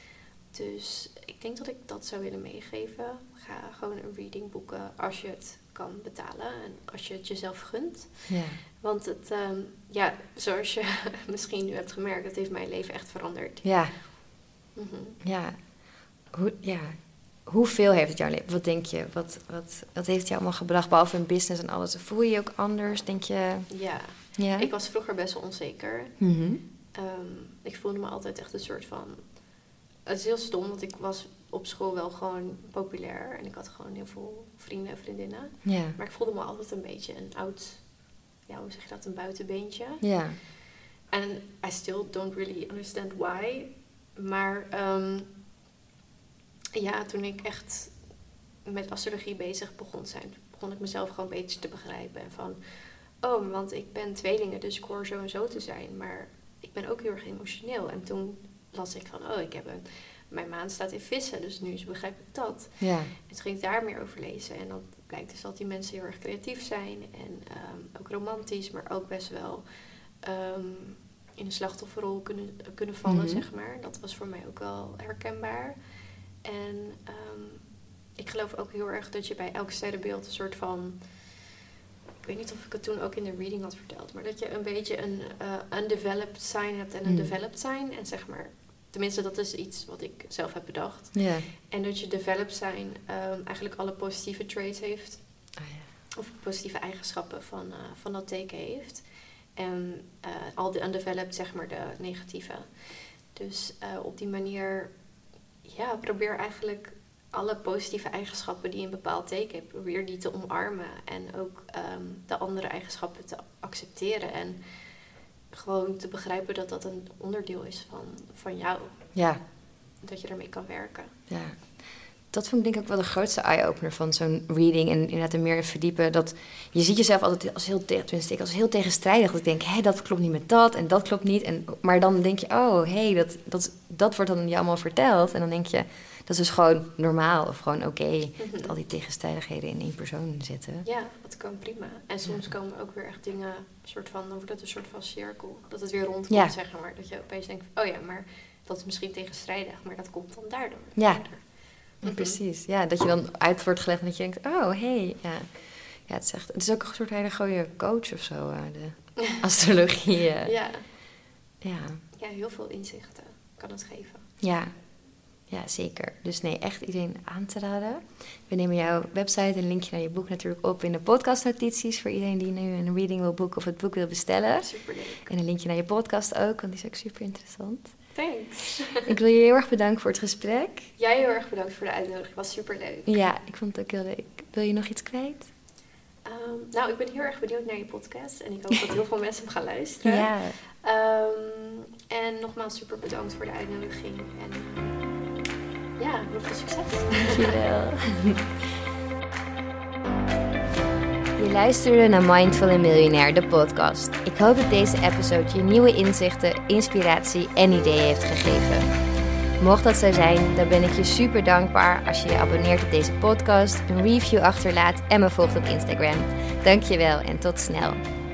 [SPEAKER 2] Dus ik denk dat ik dat zou willen meegeven. Ga gewoon een reading boeken als je het kan betalen en als je het jezelf gunt. Ja. Want het, um, ja, zoals je misschien nu hebt gemerkt, het heeft mijn leven echt veranderd.
[SPEAKER 1] Ja. Mm-hmm. Ja. Hoe, ja. Hoeveel heeft het jouw leven? Wat denk je? Wat, wat, wat heeft het jou allemaal gebracht, behalve in business en alles? Voel je je ook anders? Denk je...
[SPEAKER 2] Ja.
[SPEAKER 1] ja?
[SPEAKER 2] Ik was vroeger best wel onzeker.
[SPEAKER 1] Mm-hmm.
[SPEAKER 2] Um, ik voelde me altijd echt een soort van... Het is heel stom, want ik was op school wel gewoon populair. En ik had gewoon heel veel vrienden en vriendinnen. Ja. Maar ik voelde me altijd een beetje een oud... Ja, hoe zeg je dat? Een buitenbeentje.
[SPEAKER 1] Ja.
[SPEAKER 2] En I still don't really understand why. Maar um, ja, toen ik echt met astrologie bezig begon te zijn... begon ik mezelf gewoon beter te begrijpen. En van, oh, want ik ben tweelingen, dus ik hoor zo en zo te zijn. Maar ik ben ook heel erg emotioneel. En toen... las ik van, oh, ik heb een... Mijn maan staat in vissen, dus nu begrijp ik dat. Ja. En toen ging ik daar meer over lezen. En dan blijkt dus dat die mensen heel erg creatief zijn. En um, ook romantisch, maar ook best wel... Um, in een slachtofferrol kunnen, kunnen vallen, mm-hmm. zeg maar. Dat was voor mij ook wel herkenbaar. En um, ik geloof ook heel erg dat je bij elk sterrenbeeld een soort van... Ik weet niet of ik het toen ook in de reading had verteld. Maar dat je een beetje een uh, undeveloped sign hebt en een mm. developed sign. En zeg maar, tenminste dat is iets wat ik zelf heb bedacht. Yeah. En dat je developed sign um, eigenlijk alle positieve traits heeft. Oh, yeah. Of positieve eigenschappen van, uh, van dat teken heeft. En uh, al de undeveloped, zeg maar, de negatieve. Dus uh, op die manier, ja, probeer eigenlijk... alle positieve eigenschappen die een bepaald teken heeft, probeer die te omarmen. En ook um, de andere eigenschappen te accepteren. En gewoon te begrijpen dat dat een onderdeel is van, van jou. Ja. Dat je ermee kan werken.
[SPEAKER 1] Ja. dat vond ik denk ik ook wel de grootste eye-opener van zo'n reading. En inderdaad er meer in verdiepen. Dat je ziet jezelf altijd als heel, te- tenminste, ik als heel tegenstrijdig. Dat ik denk, hé, dat klopt niet met dat en dat klopt niet. En, maar dan denk je, oh, hé, hey, dat, dat, dat wordt dan je allemaal verteld. En dan denk je, dat is dus gewoon normaal of gewoon oké. Okay, mm-hmm. Dat al die tegenstrijdigheden in één persoon zitten.
[SPEAKER 2] Ja, dat kan prima. En soms ja. komen ook weer echt dingen, soort van, dan wordt het een soort van cirkel. Dat het weer rondkomt, ja. zeg maar. Dat je opeens denkt, oh ja, maar dat is misschien tegenstrijdig. Maar dat komt dan daardoor.
[SPEAKER 1] Ja. Daardoor. Mm-hmm. Precies, ja, dat je dan uit wordt gelegd en dat je denkt, oh, hé, hey, ja. Ja, het is echt, het is ook een soort hele goede coach of zo, uh, de astrologie. Uh.
[SPEAKER 2] Ja.
[SPEAKER 1] ja.
[SPEAKER 2] Ja, heel veel inzichten kan het geven.
[SPEAKER 1] Ja, ja, zeker. Dus nee, echt iedereen aan te raden. We nemen jouw website en een linkje naar je boek natuurlijk op in de podcastnotities voor iedereen die nu een reading wil boeken of het boek wil bestellen.
[SPEAKER 2] Superleuk.
[SPEAKER 1] En een linkje naar je podcast ook, want die is ook super interessant.
[SPEAKER 2] Thanks.
[SPEAKER 1] Ik wil je heel erg bedanken voor het gesprek.
[SPEAKER 2] Jij heel erg bedankt voor de uitnodiging. Het was superleuk.
[SPEAKER 1] Ja, ik vond het ook heel leuk. Wil je nog iets kwijt?
[SPEAKER 2] Um, nou, ik ben heel erg benieuwd naar je podcast. En ik hoop dat heel veel mensen hem gaan luisteren.
[SPEAKER 1] Ja.
[SPEAKER 2] Um, en nogmaals super bedankt voor de uitnodiging. En uh, ja, heel veel succes.
[SPEAKER 1] Dankjewel. Je luisterde naar Mindful en Miljonair, de podcast. Ik hoop dat deze episode je nieuwe inzichten, inspiratie en ideeën heeft gegeven. Mocht dat zo zijn, dan ben ik je super dankbaar als je je abonneert op deze podcast, een review achterlaat en me volgt op Instagram. Dankjewel en tot snel.